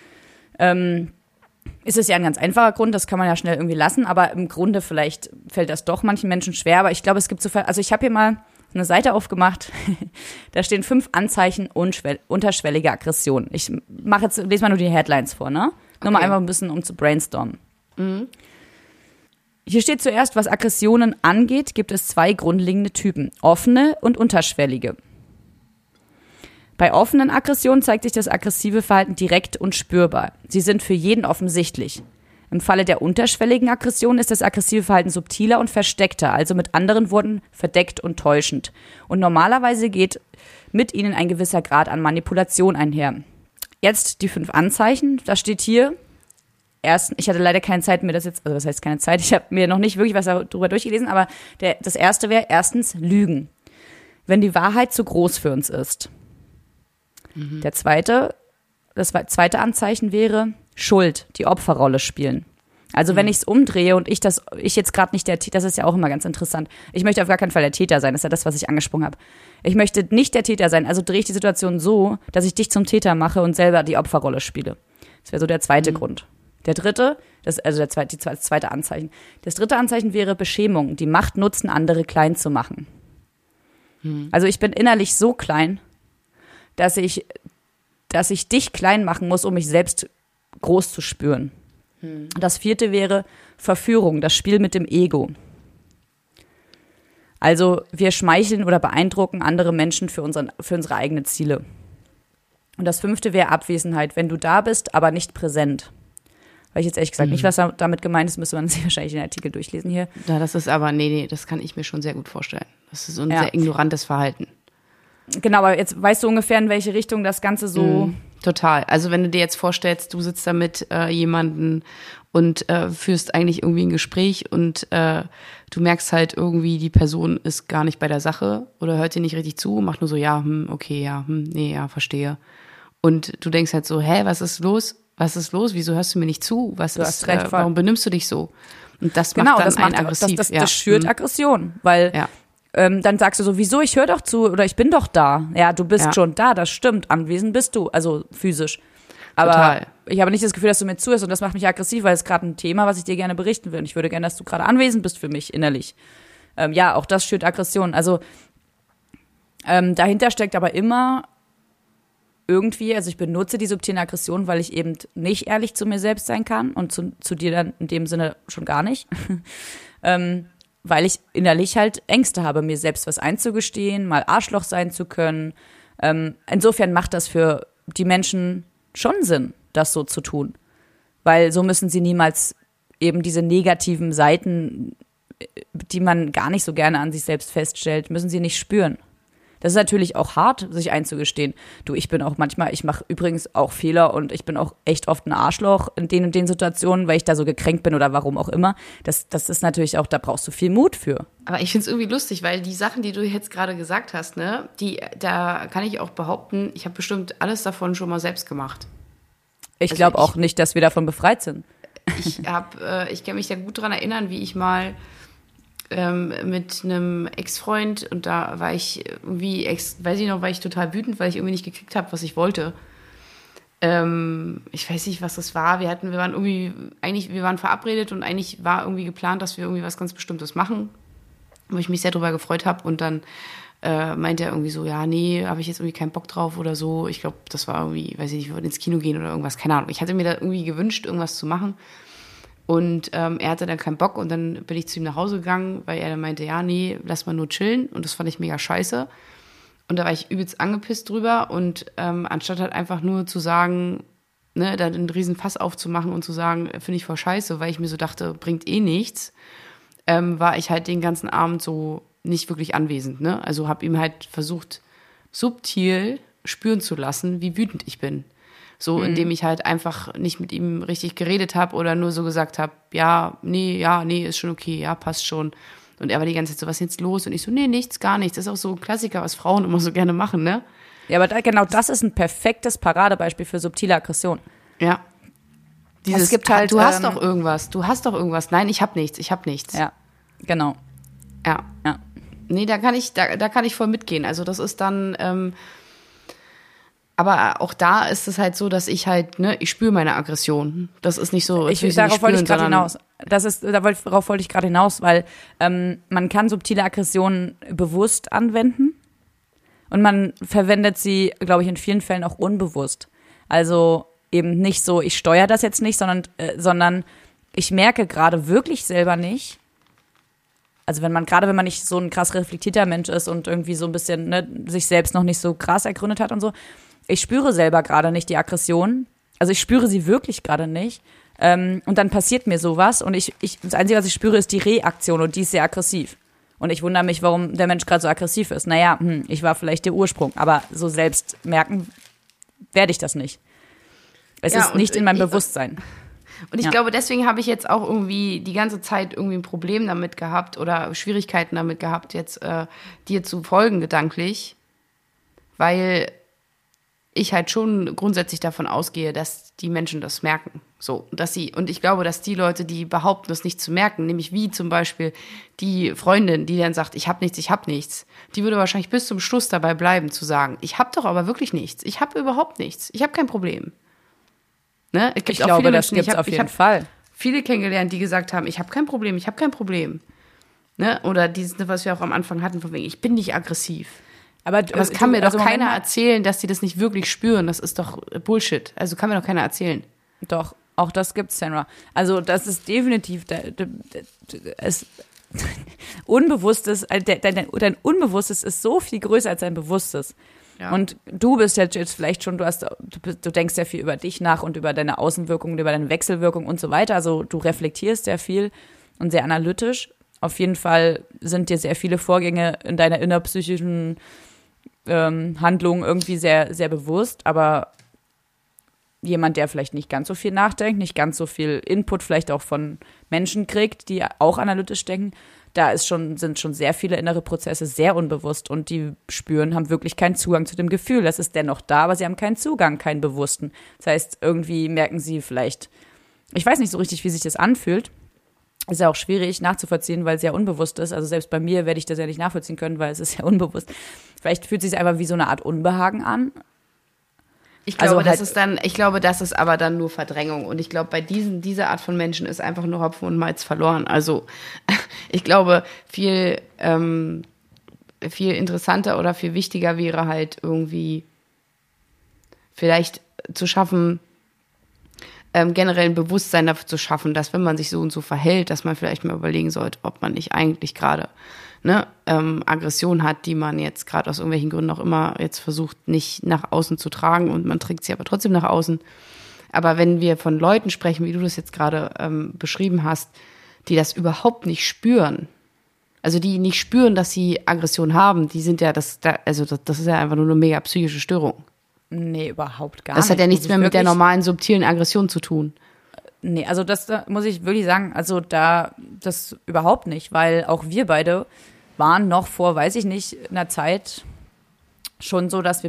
ist es ja ein ganz einfacher Grund, das kann man ja schnell irgendwie lassen, aber im Grunde vielleicht fällt das doch manchen Menschen schwer, aber ich glaube, es gibt also ich habe hier mal eine Seite aufgemacht, da stehen 5 Anzeichen unterschwelliger Aggression. Ich lese mal nur die Headlines vor, ne? Nur mal einfach ein bisschen, um zu brainstormen. Mhm. Hier steht zuerst, was Aggressionen angeht, gibt es 2 grundlegende Typen, offene und unterschwellige. Bei offenen Aggressionen zeigt sich das aggressive Verhalten direkt und spürbar. Sie sind für jeden offensichtlich. Im Falle der unterschwelligen Aggression ist das aggressive Verhalten subtiler und versteckter, also mit anderen Worten verdeckt und täuschend. Und normalerweise geht mit ihnen ein gewisser Grad an Manipulation einher. Jetzt die 5 Anzeichen, das steht hier. Erstens, ich hatte leider keine Zeit, mir das jetzt, also was heißt keine Zeit, ich habe mir noch nicht wirklich was darüber durchgelesen, aber das erste wäre erstens Lügen. Wenn die Wahrheit zu groß für uns ist. Das zweite Anzeichen wäre Schuld, die Opferrolle spielen. Also wenn ich es umdrehe und ich jetzt gerade nicht das ist ja auch immer ganz interessant. Ich möchte auf gar keinen Fall der Täter sein, das ist ja das, was ich angesprochen habe. Ich möchte nicht der Täter sein, also drehe ich die Situation so, dass ich dich zum Täter mache und selber die Opferrolle spiele. Das wäre so der zweite Grund. Der dritte, das zweite Anzeichen. Das dritte Anzeichen wäre Beschämung, die Macht nutzen, andere klein zu machen. Also ich bin innerlich so klein, dass ich dich klein machen muss, um mich selbst groß zu spüren. Das vierte wäre Verführung, das Spiel mit dem Ego. Also wir schmeicheln oder beeindrucken andere Menschen für unsere eigenen Ziele. Und das 5. wäre Abwesenheit, wenn du da bist, aber nicht präsent. Weil ich jetzt ehrlich gesagt nicht, was damit gemeint ist, müsste man sich wahrscheinlich den Artikel durchlesen hier. Ja, das ist aber, nee, das kann ich mir schon sehr gut vorstellen. Das ist so ein sehr ignorantes Verhalten. Genau, aber jetzt weißt du ungefähr, in welche Richtung das Ganze so... Total. Also wenn du dir jetzt vorstellst, du sitzt da mit jemandem und führst eigentlich irgendwie ein Gespräch und du merkst halt irgendwie, die Person ist gar nicht bei der Sache oder hört dir nicht richtig zu, macht nur so, ja, okay, ja, nee, ja, verstehe. Und du denkst halt so, was ist los? Was ist los? Wieso hörst du mir nicht zu? Warum benimmst du dich so? Und das macht dann einen aggressiv. Das schürt Aggression, weil dann sagst du so, wieso, ich höre doch zu oder ich bin doch da. Ja, du bist schon da, das stimmt, anwesend bist du, also physisch. Aber total. Ich habe nicht das Gefühl, dass du mir zuhörst und das macht mich aggressiv, weil es ist gerade ein Thema, was ich dir gerne berichten will. Und ich würde gerne, dass du gerade anwesend bist für mich innerlich. Auch das schürt Aggression. Also dahinter steckt aber immer irgendwie, also ich benutze die subtilen Aggressionen, weil ich eben nicht ehrlich zu mir selbst sein kann und zu dir dann in dem Sinne schon gar nicht. Weil ich innerlich halt Ängste habe, mir selbst was einzugestehen, mal Arschloch sein zu können. Insofern macht das für die Menschen schon Sinn, das so zu tun. Weil so müssen sie niemals eben diese negativen Seiten, die man gar nicht so gerne an sich selbst feststellt, müssen sie nicht spüren. Das ist natürlich auch hart, sich einzugestehen. Du, ich bin auch manchmal, ich mache übrigens auch Fehler und ich bin auch echt oft ein Arschloch in den und den Situationen, weil ich da so gekränkt bin oder warum auch immer. Das ist natürlich auch, da brauchst du viel Mut für. Aber ich finde es irgendwie lustig, weil die Sachen, die du jetzt gerade gesagt hast, ne, da kann ich auch behaupten, ich habe bestimmt alles davon schon mal selbst gemacht. Ich glaube auch nicht, dass wir davon befreit sind. Ich kann mich da gut dran erinnern, wie ich mal mit einem Ex-Freund und da war ich irgendwie, war ich total wütend, weil ich irgendwie nicht gekriegt habe, was ich wollte. Ich weiß nicht, was das war. Wir waren verabredet und eigentlich war irgendwie geplant, dass wir irgendwie was ganz Bestimmtes machen, wo ich mich sehr drüber gefreut habe und dann meinte er irgendwie so, ja, nee, habe ich jetzt irgendwie keinen Bock drauf oder so. Ich glaube, das war irgendwie, weiß ich nicht, wir wollten ins Kino gehen oder irgendwas, keine Ahnung. Ich hatte mir da irgendwie gewünscht, irgendwas zu machen. Und er hatte dann keinen Bock und dann bin ich zu ihm nach Hause gegangen, weil er dann meinte, ja, nee, lass mal nur chillen. Und das fand ich mega scheiße. Und da war ich übelst angepisst drüber. Und anstatt halt einfach nur zu sagen, ne, da einen riesen Fass aufzumachen und zu sagen, finde ich voll scheiße, weil ich mir so dachte, bringt eh nichts, war ich halt den ganzen Abend so nicht wirklich anwesend. Ne? Also habe ihm halt versucht, subtil spüren zu lassen, wie wütend ich bin. So, indem ich halt einfach nicht mit ihm richtig geredet habe oder nur so gesagt habe, ja, nee, ist schon okay, ja, passt schon. Und er war die ganze Zeit so, was ist jetzt los? Und ich so, nee, nichts, gar nichts. Das ist auch so ein Klassiker, was Frauen immer so gerne machen, ne? Ja, aber genau das ist ein perfektes Paradebeispiel für subtile Aggression. Ja. Es gibt halt, du hast doch irgendwas. Nein, ich hab nichts. Ja, genau. Ja. Nee, da kann ich voll mitgehen. Also das ist dann, aber auch da ist es halt so, dass ich halt, ne, ich spüre meine Aggression. Das ist nicht so, darauf wollte ich gerade hinaus. Darauf wollte ich gerade hinaus, weil man kann subtile Aggressionen bewusst anwenden und man verwendet sie, glaube ich, in vielen Fällen auch unbewusst. Also eben nicht so, ich steuere das jetzt nicht, sondern ich merke gerade wirklich selber nicht. Also wenn man nicht so ein krass reflektierter Mensch ist und irgendwie so ein bisschen, ne, sich selbst noch nicht so krass ergründet hat und so, ich spüre selber gerade nicht die Aggression. Also ich spüre sie wirklich gerade nicht. Und dann passiert mir sowas und das Einzige, was ich spüre, ist die Reaktion und die ist sehr aggressiv. Und ich wundere mich, warum der Mensch gerade so aggressiv ist. Naja, ich war vielleicht der Ursprung, aber so selbst merken werde ich das nicht. Es ist nicht in meinem Bewusstsein. Und ich glaube, deswegen habe ich jetzt auch irgendwie die ganze Zeit irgendwie ein Problem damit gehabt oder Schwierigkeiten damit gehabt, jetzt dir zu folgen gedanklich, weil ich halt schon grundsätzlich davon ausgehe, dass die Menschen das merken. So, und ich glaube, dass die Leute, die behaupten, das nicht zu merken, nämlich wie zum Beispiel die Freundin, die dann sagt, ich habe nichts, die würde wahrscheinlich bis zum Schluss dabei bleiben, zu sagen, ich habe doch aber wirklich nichts, ich habe überhaupt nichts, ich habe kein Problem. Ne? Ich glaube, das gibt es auf jeden Fall. Viele kennengelernt, die gesagt haben, ich habe kein Problem. Ne? Oder dieses, was wir auch am Anfang hatten, von wegen, ich bin nicht aggressiv. Aber es kann mir doch keiner erzählen, dass die das nicht wirklich spüren. Das ist doch Bullshit. Also kann mir doch keiner erzählen. Doch, auch das gibt's, Sandra. Also das ist definitiv Unbewusstes, dein Unbewusstes ist so viel größer als dein Bewusstes. Ja. Und du bist jetzt vielleicht schon, du denkst sehr viel über dich nach und über deine Außenwirkungen, über deine Wechselwirkung und so weiter. Also du reflektierst sehr viel und sehr analytisch. Auf jeden Fall sind dir sehr viele Vorgänge in deiner innerpsychischen Handlungen irgendwie sehr, sehr bewusst. Aber jemand, der vielleicht nicht ganz so viel nachdenkt, nicht ganz so viel Input vielleicht auch von Menschen kriegt, die auch analytisch denken, sind schon sehr viele innere Prozesse sehr unbewusst und die haben wirklich keinen Zugang zu dem Gefühl. Das ist dennoch da, aber sie haben keinen Zugang, keinen bewussten. Das heißt, irgendwie merken sie vielleicht, ich weiß nicht so richtig, wie sich das anfühlt. Ist ja auch schwierig nachzuvollziehen, weil es ja unbewusst ist. Also selbst bei mir werde ich das ja nicht nachvollziehen können, weil es ist ja unbewusst. Vielleicht fühlt es sich einfach wie so eine Art Unbehagen an. Ich glaube, das ist aber dann nur Verdrängung. Und ich glaube, bei dieser Art von Menschen ist einfach nur Hopfen und Malz verloren. Also ich glaube, viel interessanter oder viel wichtiger wäre halt irgendwie vielleicht zu schaffen, generell ein Bewusstsein dafür zu schaffen, dass wenn man sich so und so verhält, dass man vielleicht mal überlegen sollte, ob man nicht eigentlich gerade Aggression hat, die man jetzt gerade aus irgendwelchen Gründen auch immer jetzt versucht, nicht nach außen zu tragen und man trägt sie aber trotzdem nach außen. Aber wenn wir von Leuten sprechen, wie du das jetzt gerade beschrieben hast, die das überhaupt nicht spüren, also die nicht spüren, dass sie Aggression haben, die sind ja, das ist ja einfach nur eine mega psychische Störung. Nee, überhaupt gar nicht. Das hat ja nichts mehr mit der normalen subtilen Aggression zu tun. Nee, also da muss ich wirklich sagen, also das überhaupt nicht, weil auch wir beide waren noch vor, weiß ich nicht, einer Zeit schon so, dass wir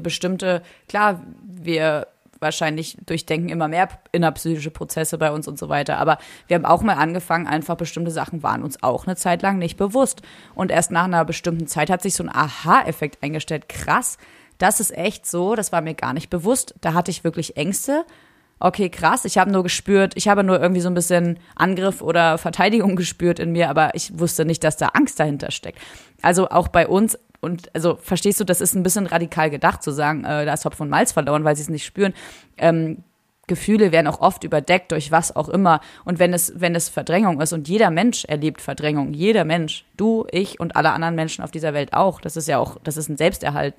wir wahrscheinlich durchdenken immer mehr innerpsychische Prozesse bei uns und so weiter, aber wir haben auch mal angefangen, einfach bestimmte Sachen waren uns auch eine Zeit lang nicht bewusst und erst nach einer bestimmten Zeit hat sich so ein Aha-Effekt eingestellt, krass, das ist echt so, das war mir gar nicht bewusst, da hatte ich wirklich Ängste. Okay, krass, ich habe nur irgendwie so ein bisschen Angriff oder Verteidigung gespürt in mir, aber ich wusste nicht, dass da Angst dahinter steckt. Also auch bei uns, und also verstehst du, das ist ein bisschen radikal gedacht zu sagen, da ist Hopfen und Malz verloren, weil sie es nicht spüren. Gefühle werden auch oft überdeckt durch was auch immer. Und wenn es Verdrängung ist und jeder Mensch erlebt Verdrängung, jeder Mensch, du, ich und alle anderen Menschen auf dieser Welt auch, das ist ein Selbsterhalt.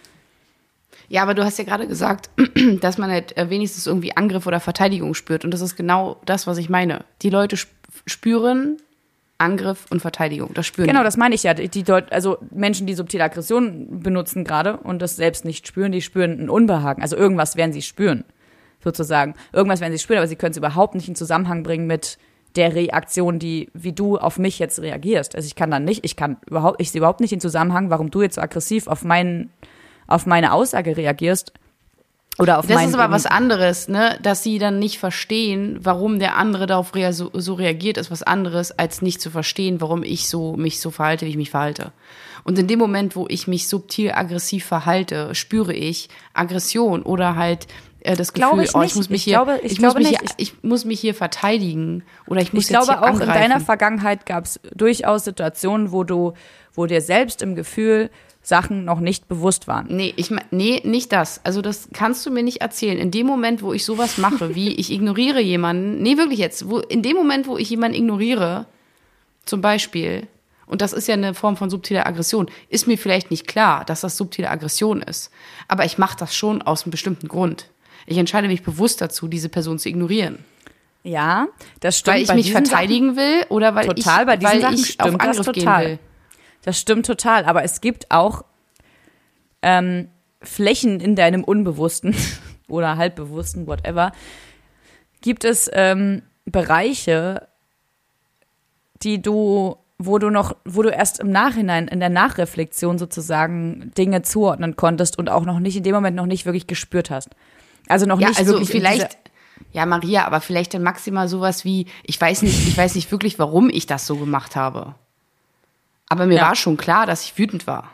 Ja, aber du hast ja gerade gesagt, dass man halt wenigstens irgendwie Angriff oder Verteidigung spürt. Und das ist genau das, was ich meine. Die Leute spüren Angriff und Verteidigung. Das spüren Genau, die. das meine ich ja. Also Menschen, die subtile Aggression benutzen gerade und das selbst nicht spüren, die spüren ein Unbehagen. Also irgendwas werden sie spüren, sozusagen. Irgendwas werden sie spüren, aber sie können es überhaupt nicht in Zusammenhang bringen mit der Reaktion, wie du auf mich jetzt reagierst. Also ich sehe überhaupt nicht den Zusammenhang, warum du jetzt so aggressiv auf meine Aussage reagierst oder auf das ist aber was anderes, ne? Dass sie dann nicht verstehen, warum der andere darauf so reagiert, ist was anderes, als nicht zu verstehen, warum ich mich so verhalte, wie ich mich verhalte. Und in dem Moment, wo ich mich subtil aggressiv verhalte, spüre ich Aggression oder halt das Gefühl, ich muss mich hier verteidigen oder ich muss jetzt hier angreifen. Ich glaube auch, in deiner Vergangenheit gab es durchaus Situationen, wo dir selbst im Gefühl Sachen noch nicht bewusst waren. Nee, nicht das. Also das kannst du mir nicht erzählen. In dem Moment, wo ich sowas mache, wie ich ignoriere jemanden, nee, wirklich jetzt, in dem Moment, wo ich jemanden ignoriere, zum Beispiel, und das ist ja eine Form von subtiler Aggression, ist mir vielleicht nicht klar, dass das subtile Aggression ist. Aber ich mache das schon aus einem bestimmten Grund. Ich entscheide mich bewusst dazu, diese Person zu ignorieren. Ja, das stimmt. Weil ich mich verteidigen will oder weil ich auf Angriff gehen will. Das stimmt total, aber es gibt auch Flächen in deinem Unbewussten oder Halbbewussten, whatever, gibt es Bereiche, wo du erst im Nachhinein, in der Nachreflexion sozusagen Dinge zuordnen konntest und auch noch nicht, in dem Moment noch nicht wirklich gespürt hast. Also noch nicht wirklich vielleicht. Ja, Maria, aber vielleicht dann maximal sowas wie, ich weiß nicht wirklich, warum ich das so gemacht habe. Aber mir war schon klar, dass ich wütend war.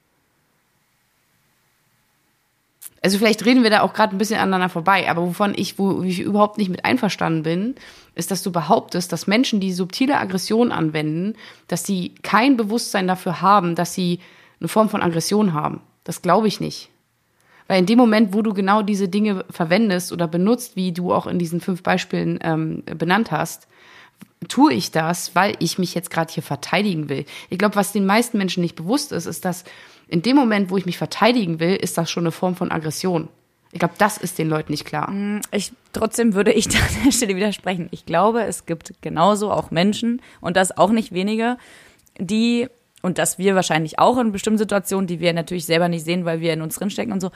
Also vielleicht reden wir da auch gerade ein bisschen aneinander vorbei, aber wo ich überhaupt nicht mit einverstanden bin, ist, dass du behauptest, dass Menschen, die subtile Aggression anwenden, dass sie kein Bewusstsein dafür haben, dass sie eine Form von Aggression haben. Das glaube ich nicht. Weil in dem Moment, wo du genau diese Dinge verwendest oder benutzt, wie du auch in diesen 5 Beispielen benannt hast, tue ich das, weil ich mich jetzt gerade hier verteidigen will. Ich glaube, was den meisten Menschen nicht bewusst ist, ist, dass in dem Moment, wo ich mich verteidigen will, ist das schon eine Form von Aggression. Ich glaube, das ist den Leuten nicht klar. Trotzdem würde ich da an der Stelle widersprechen. Ich glaube, es gibt genauso auch Menschen, und das auch nicht wenige, die, und das wir wahrscheinlich auch in bestimmten Situationen, die wir natürlich selber nicht sehen, weil wir in uns drinstecken und so,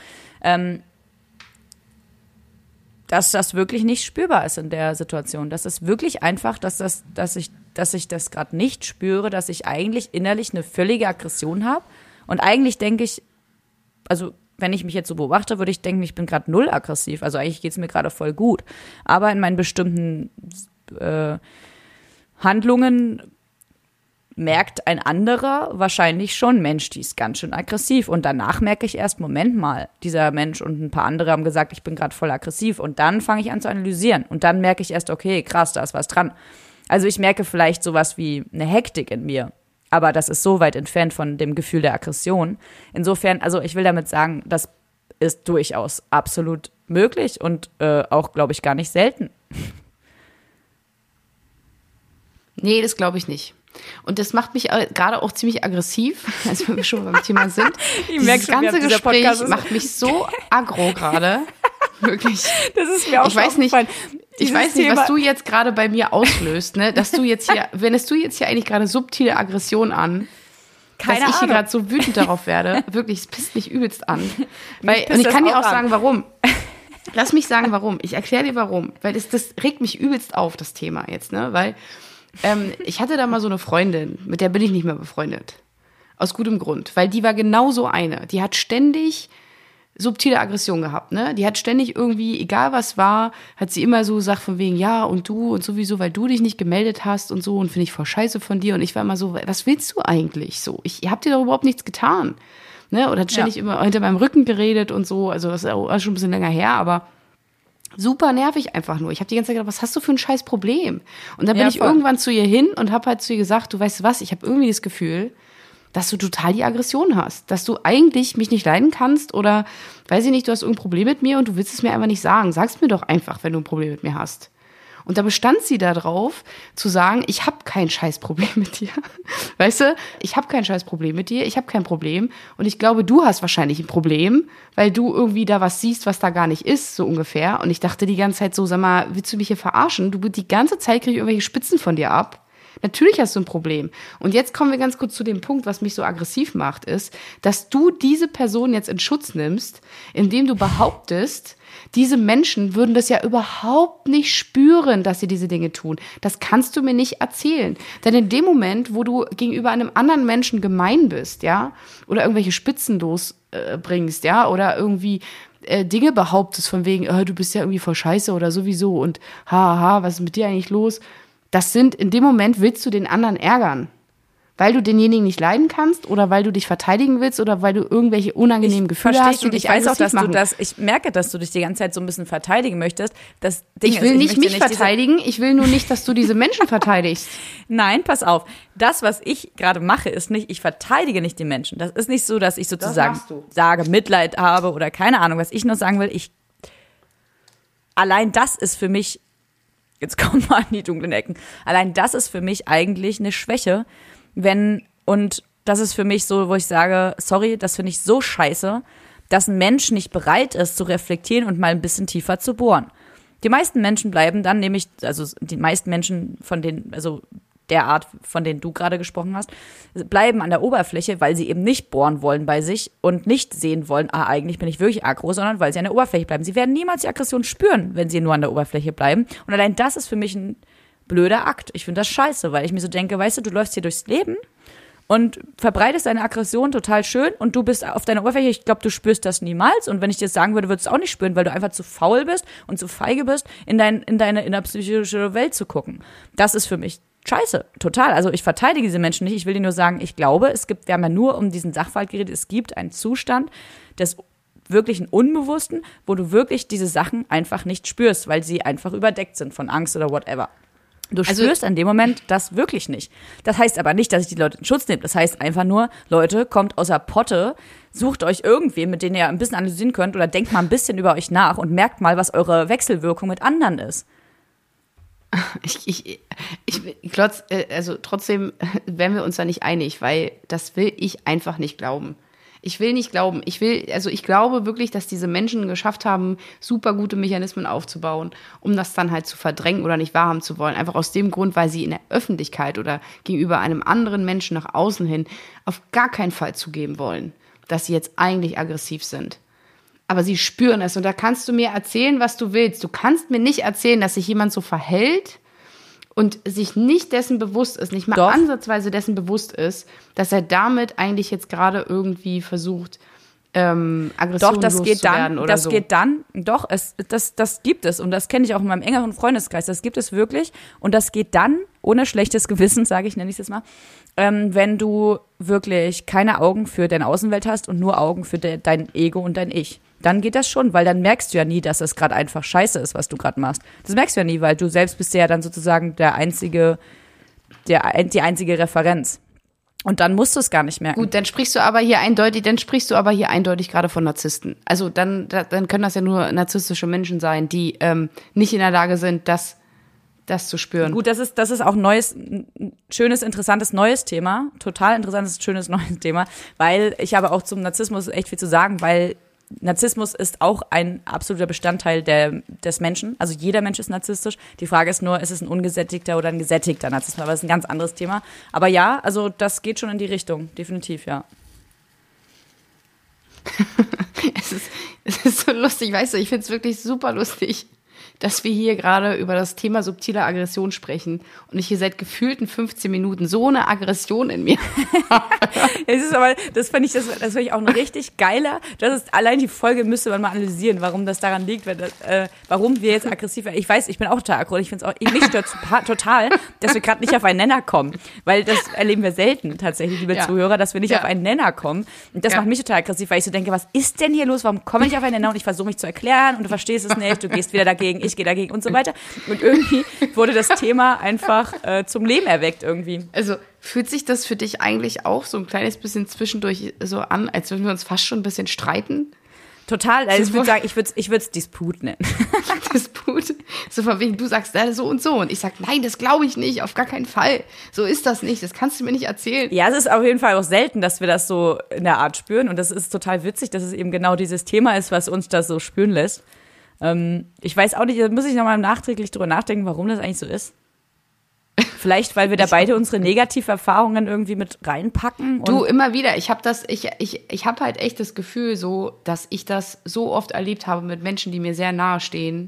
dass das wirklich nicht spürbar ist in der Situation. Das ist wirklich einfach, dass ich das gerade nicht spüre, dass ich eigentlich innerlich eine völlige Aggression habe. Und eigentlich denke ich, also wenn ich mich jetzt so beobachte, würde ich denken, ich bin gerade null aggressiv. Also eigentlich geht es mir gerade voll gut. Aber in meinen bestimmten Handlungen merkt ein anderer wahrscheinlich schon, Mensch, die ist ganz schön aggressiv. Und danach merke ich erst, Moment mal, dieser Mensch und ein paar andere haben gesagt, ich bin gerade voll aggressiv. Und dann fange ich an zu analysieren. Und dann merke ich erst, okay, krass, da ist was dran. Also ich merke vielleicht sowas wie eine Hektik in mir. Aber das ist so weit entfernt von dem Gefühl der Aggression. Insofern, also ich will damit sagen, das ist durchaus absolut möglich und auch, glaube ich, gar nicht selten. Nee, das glaube ich nicht. Und das macht mich gerade auch ziemlich aggressiv, als wenn wir schon beim Thema sind. Dieses ganze Gespräch macht mich so aggro gerade. Wirklich. Das ist mir auch ich weiß nicht, was du jetzt gerade bei mir auslöst, ne? Dass du jetzt hier, wendest du jetzt hier eigentlich gerade subtile Aggression an, dass ich hier gerade so wütend darauf werde. Wirklich, es pisst mich übelst an. Und ich kann dir auch sagen, warum. Lass mich sagen, warum. Ich erkläre dir, warum. Weil das regt mich übelst auf, das Thema jetzt, ne? Weil ich hatte da mal so eine Freundin, mit der bin ich nicht mehr befreundet. Aus gutem Grund. Weil die war genau so eine. Die hat ständig subtile Aggression gehabt, ne? Die hat ständig irgendwie, egal was war, hat sie immer so gesagt von wegen, ja, und du und sowieso, weil du dich nicht gemeldet hast und so und finde ich voll scheiße von dir. Und ich war immer so, was willst du eigentlich so? Ich hab dir doch überhaupt nichts getan, ne? Oder hat ständig immer hinter meinem Rücken geredet und so. Also das ist auch schon ein bisschen länger her, aber super nervig einfach nur. Ich habe die ganze Zeit gedacht, was hast du für ein scheiß Problem? Und dann bin ich irgendwann zu ihr hin und habe halt zu ihr gesagt, du weißt was, ich habe irgendwie das Gefühl, dass du total die Aggression hast, dass du eigentlich mich nicht leiden kannst oder, weiß ich nicht, du hast irgendein Problem mit mir und du willst es mir einfach nicht sagen. Sag's mir doch einfach, wenn du ein Problem mit mir hast. Und da bestand sie da drauf, zu sagen, ich habe kein scheiß Problem mit dir. Weißt du, ich habe kein scheiß Problem mit dir, ich habe kein Problem. Und ich glaube, du hast wahrscheinlich ein Problem, weil du irgendwie da was siehst, was da gar nicht ist, so ungefähr. Und ich dachte die ganze Zeit so, sag mal, willst du mich hier verarschen? Du die ganze Zeit krieg ich irgendwelche Spitzen von dir ab. Natürlich hast du ein Problem. Und jetzt kommen wir ganz kurz zu dem Punkt, was mich so aggressiv macht, ist, dass du diese Person jetzt in Schutz nimmst, indem du behauptest, diese Menschen würden das ja überhaupt nicht spüren, dass sie diese Dinge tun. Das kannst du mir nicht erzählen. Denn in dem Moment, wo du gegenüber einem anderen Menschen gemein bist, ja, oder irgendwelche Spitzen losbringst, ja, oder irgendwie Dinge behauptest von wegen, du bist ja irgendwie voll scheiße oder sowieso und haha, was ist mit dir eigentlich los? Das sind, in dem Moment willst du den anderen ärgern. Weil du denjenigen nicht leiden kannst oder weil du dich verteidigen willst oder weil du irgendwelche unangenehmen Gefühle hast. Und ich weiß auch, dass ich merke, dass du dich die ganze Zeit so ein bisschen verteidigen möchtest. Das Ding ich will nicht mich verteidigen, ich will nur nicht, dass du diese Menschen verteidigst. Nein, pass auf. Das, was ich gerade mache, ist nicht, ich verteidige nicht die Menschen. Das ist nicht so, dass ich sozusagen sage, Mitleid habe oder keine Ahnung, was ich nur sagen will. Allein das ist für mich, jetzt kommt mal in die dunklen Ecken, allein das ist für mich eigentlich eine Schwäche, und das ist für mich so, wo ich sage, sorry, das finde ich so scheiße, dass ein Mensch nicht bereit ist zu reflektieren und mal ein bisschen tiefer zu bohren. Die meisten Menschen bleiben dann nämlich, also die meisten Menschen von denen, also der Art, von denen du gerade gesprochen hast, bleiben an der Oberfläche, weil sie eben nicht bohren wollen bei sich und nicht sehen wollen, eigentlich bin ich wirklich aggro, sondern weil sie an der Oberfläche bleiben. Sie werden niemals die Aggression spüren, wenn sie nur an der Oberfläche bleiben. Und allein das ist für mich ein blöder Akt. Ich finde das scheiße, weil ich mir so denke, weißt du läufst hier durchs Leben und verbreitest deine Aggression total schön und du bist auf deiner Oberfläche, ich glaube, du spürst das niemals und wenn ich dir das sagen würde, würdest du es auch nicht spüren, weil du einfach zu faul bist und zu feige bist, in deine innerpsychische Welt zu gucken. Das ist für mich scheiße, total. Also ich verteidige diese Menschen nicht, ich will dir nur sagen, ich glaube, wir haben ja nur um diesen Sachverhalt geredet, es gibt einen Zustand des wirklichen Unbewussten, wo du wirklich diese Sachen einfach nicht spürst, weil sie einfach überdeckt sind von Angst oder whatever. Du spürst an dem Moment das wirklich nicht. Das heißt aber nicht, dass ich die Leute in Schutz nehme. Das heißt einfach nur, Leute, kommt aus der Potte, sucht euch irgendwen, mit dem ihr ein bisschen analysieren könnt oder denkt mal ein bisschen über euch nach und merkt mal, was eure Wechselwirkung mit anderen ist. Klotz, also trotzdem wären wir uns da nicht einig, weil das will ich einfach nicht glauben. Ich will nicht glauben. Ich glaube wirklich, dass diese Menschen geschafft haben, super gute Mechanismen aufzubauen, um das dann halt zu verdrängen oder nicht wahrhaben zu wollen. Einfach aus dem Grund, weil sie in der Öffentlichkeit oder gegenüber einem anderen Menschen nach außen hin auf gar keinen Fall zugeben wollen, dass sie jetzt eigentlich aggressiv sind. Aber sie spüren es und da kannst du mir erzählen, was du willst. Du kannst mir nicht erzählen, dass sich jemand so verhält und sich nicht dessen bewusst ist, nicht mal ansatzweise dessen bewusst ist, dass er damit eigentlich jetzt gerade irgendwie versucht, Aggression loszuwerden oder so. Das geht dann, das gibt es und das kenne ich auch in meinem engeren Freundeskreis, das gibt es wirklich und das geht dann, ohne schlechtes Gewissen, nenne ich es jetzt mal, wenn du wirklich keine Augen für deine Außenwelt hast und nur Augen für dein Ego und dein Ich. Dann geht das schon, weil dann merkst du ja nie, dass es gerade einfach scheiße ist, was du gerade machst. Das merkst du ja nie, weil du selbst bist ja dann sozusagen die einzige Referenz. Und dann musst du es gar nicht merken. Gut, dann sprichst du aber hier eindeutig gerade von Narzissten. Also dann können das ja nur narzisstische Menschen sein, die nicht in der Lage sind, das zu spüren. Gut, das ist auch ein schönes, interessantes, neues Thema. Total interessantes, schönes, neues Thema. Weil ich habe auch zum Narzissmus echt viel zu sagen, weil Narzissmus ist auch ein absoluter Bestandteil des Menschen. Also jeder Mensch ist narzisstisch. Die Frage ist nur, ist es ein ungesättigter oder ein gesättigter Narzissmus? Aber das ist ein ganz anderes Thema. Aber ja, also das geht schon in die Richtung. Definitiv, ja. Es ist so lustig, weißt du, ich finde es wirklich super lustig, dass wir hier gerade über das Thema subtile Aggression sprechen und ich hier seit gefühlten 15 Minuten so eine Aggression in mir habe. Das fand ich auch ein richtig geiler, allein die Folge müsste man mal analysieren, warum das daran liegt, warum wir jetzt aggressiv werden. Ich weiß, ich bin auch total aggro, mich stört total, dass wir gerade nicht auf einen Nenner kommen, weil das erleben wir selten tatsächlich, liebe Zuhörer, dass wir nicht auf einen Nenner kommen und das macht mich total aggressiv, weil ich so denke, was ist denn hier los, warum komme ich auf einen Nenner und ich versuche mich zu erklären und du verstehst es nicht, du gehst wieder dagegen, ich gehe dagegen und so weiter. Und irgendwie wurde das Thema einfach zum Leben erweckt irgendwie. Also fühlt sich das für dich eigentlich auch so ein kleines bisschen zwischendurch so an, als würden wir uns fast schon ein bisschen streiten? Total. Also ich würde sagen, ich würde es Disput nennen. Disput? So von wegen, du sagst so und so und ich sag, nein, das glaube ich nicht, auf gar keinen Fall. So ist das nicht, das kannst du mir nicht erzählen. Ja, es ist auf jeden Fall auch selten, dass wir das so in der Art spüren und das ist total witzig, dass es eben genau dieses Thema ist, was uns das so spüren lässt. Ich weiß auch nicht, da muss ich nochmal nachträglich drüber nachdenken, warum das eigentlich so ist. Vielleicht, weil wir da beide unsere Negativerfahrungen irgendwie mit reinpacken. Und du, immer wieder. Ich habe halt echt das Gefühl so, dass ich das so oft erlebt habe mit Menschen, die mir sehr nahe stehen.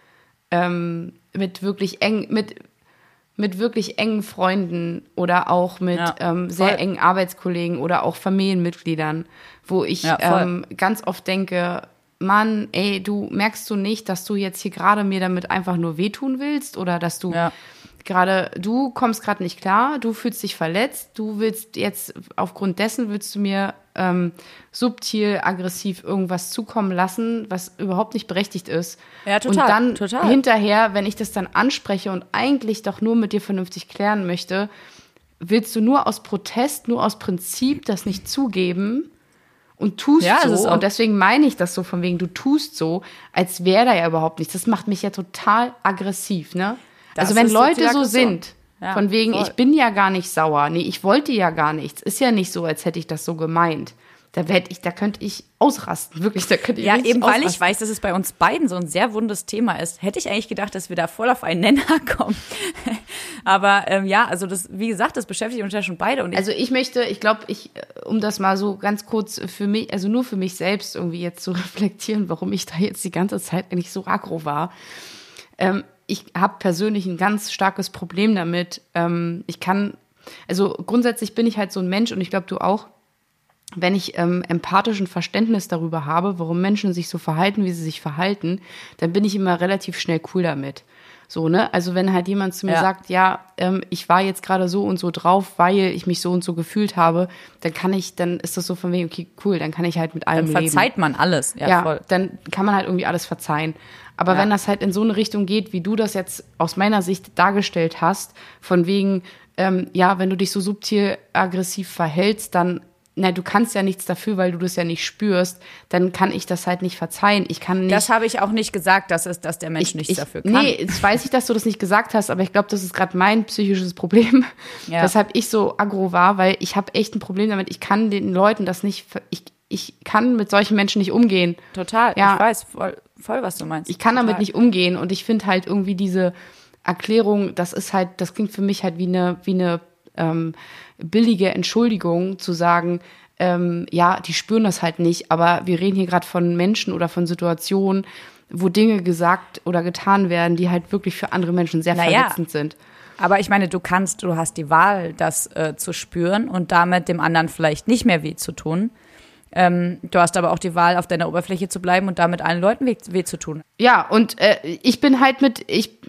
Mit wirklich engen Freunden oder auch mit sehr engen Arbeitskollegen oder auch Familienmitgliedern, wo ich ganz oft denke, Mann, ey, merkst du nicht, dass du jetzt hier gerade mir damit einfach nur wehtun willst oder dass du du kommst gerade nicht klar, du fühlst dich verletzt, du willst jetzt, aufgrund dessen willst du mir subtil, aggressiv irgendwas zukommen lassen, was überhaupt nicht berechtigt ist. Ja, total. Und dann hinterher, wenn ich das dann anspreche und eigentlich doch nur mit dir vernünftig klären möchte, willst du nur aus Protest, nur aus Prinzip das nicht zugeben und tust so. Und deswegen meine ich das so von wegen, du tust so, als wäre da ja überhaupt nichts. Das macht mich ja total aggressiv, ne? Also wenn Leute so sind, von wegen, ich bin ja gar nicht sauer, nee, ich wollte ja gar nichts, ist ja nicht so, als hätte ich das so gemeint. Da könnte ich ausrasten, wirklich, da könnte ich ja, eben ausrasten. Weil ich weiß, dass es bei uns beiden so ein sehr wundes Thema ist, hätte ich eigentlich gedacht, dass wir da voll auf einen Nenner kommen. Aber also das, wie gesagt, das beschäftigt uns ja schon beide. Und um das mal so ganz kurz für mich, also nur für mich selbst irgendwie jetzt zu reflektieren, warum ich da jetzt die ganze Zeit eigentlich so aggro war. Ich habe persönlich ein ganz starkes Problem damit. Grundsätzlich bin ich halt so ein Mensch und ich glaube, du auch, wenn ich empathischen Verständnis darüber habe, warum Menschen sich so verhalten, wie sie sich verhalten, dann bin ich immer relativ schnell cool damit. So, ne? Also wenn halt jemand zu mir sagt, ich war jetzt gerade so und so drauf, weil ich mich so und so gefühlt habe, dann ist das so von wegen, okay, cool, dann kann ich halt mit allem leben. Dann verzeiht man alles. Ja, voll. Dann kann man halt irgendwie alles verzeihen. Aber wenn das halt in so eine Richtung geht, wie du das jetzt aus meiner Sicht dargestellt hast, von wegen, wenn du dich so subtil aggressiv verhältst, dann na, du kannst ja nichts dafür, weil du das ja nicht spürst, dann kann ich das halt nicht verzeihen. Ich kann nicht. Das habe ich auch nicht gesagt, dass der Mensch nichts dafür kann. Nee, jetzt weiß ich, dass du das nicht gesagt hast, aber ich glaube, das ist gerade mein psychisches Problem, weshalb ich so aggro war, weil ich habe echt ein Problem damit. Ich kann den Leuten das nicht, ich kann mit solchen Menschen nicht umgehen. Total, ja, ich weiß voll, was du meinst. Ich kann Total. damit nicht umgehen und ich finde halt irgendwie diese Erklärung, das klingt für mich halt wie eine billige Entschuldigung zu sagen, ja, die spüren das halt nicht, aber wir reden hier gerade von Menschen oder von Situationen, wo Dinge gesagt oder getan werden, die halt wirklich für andere Menschen sehr verletzend sind. Aber ich meine, du hast die Wahl, das zu spüren und damit dem anderen vielleicht nicht mehr weh zu tun. Du hast aber auch die Wahl, auf deiner Oberfläche zu bleiben und damit allen Leuten weh zu tun. Ja, und ich bin halt mit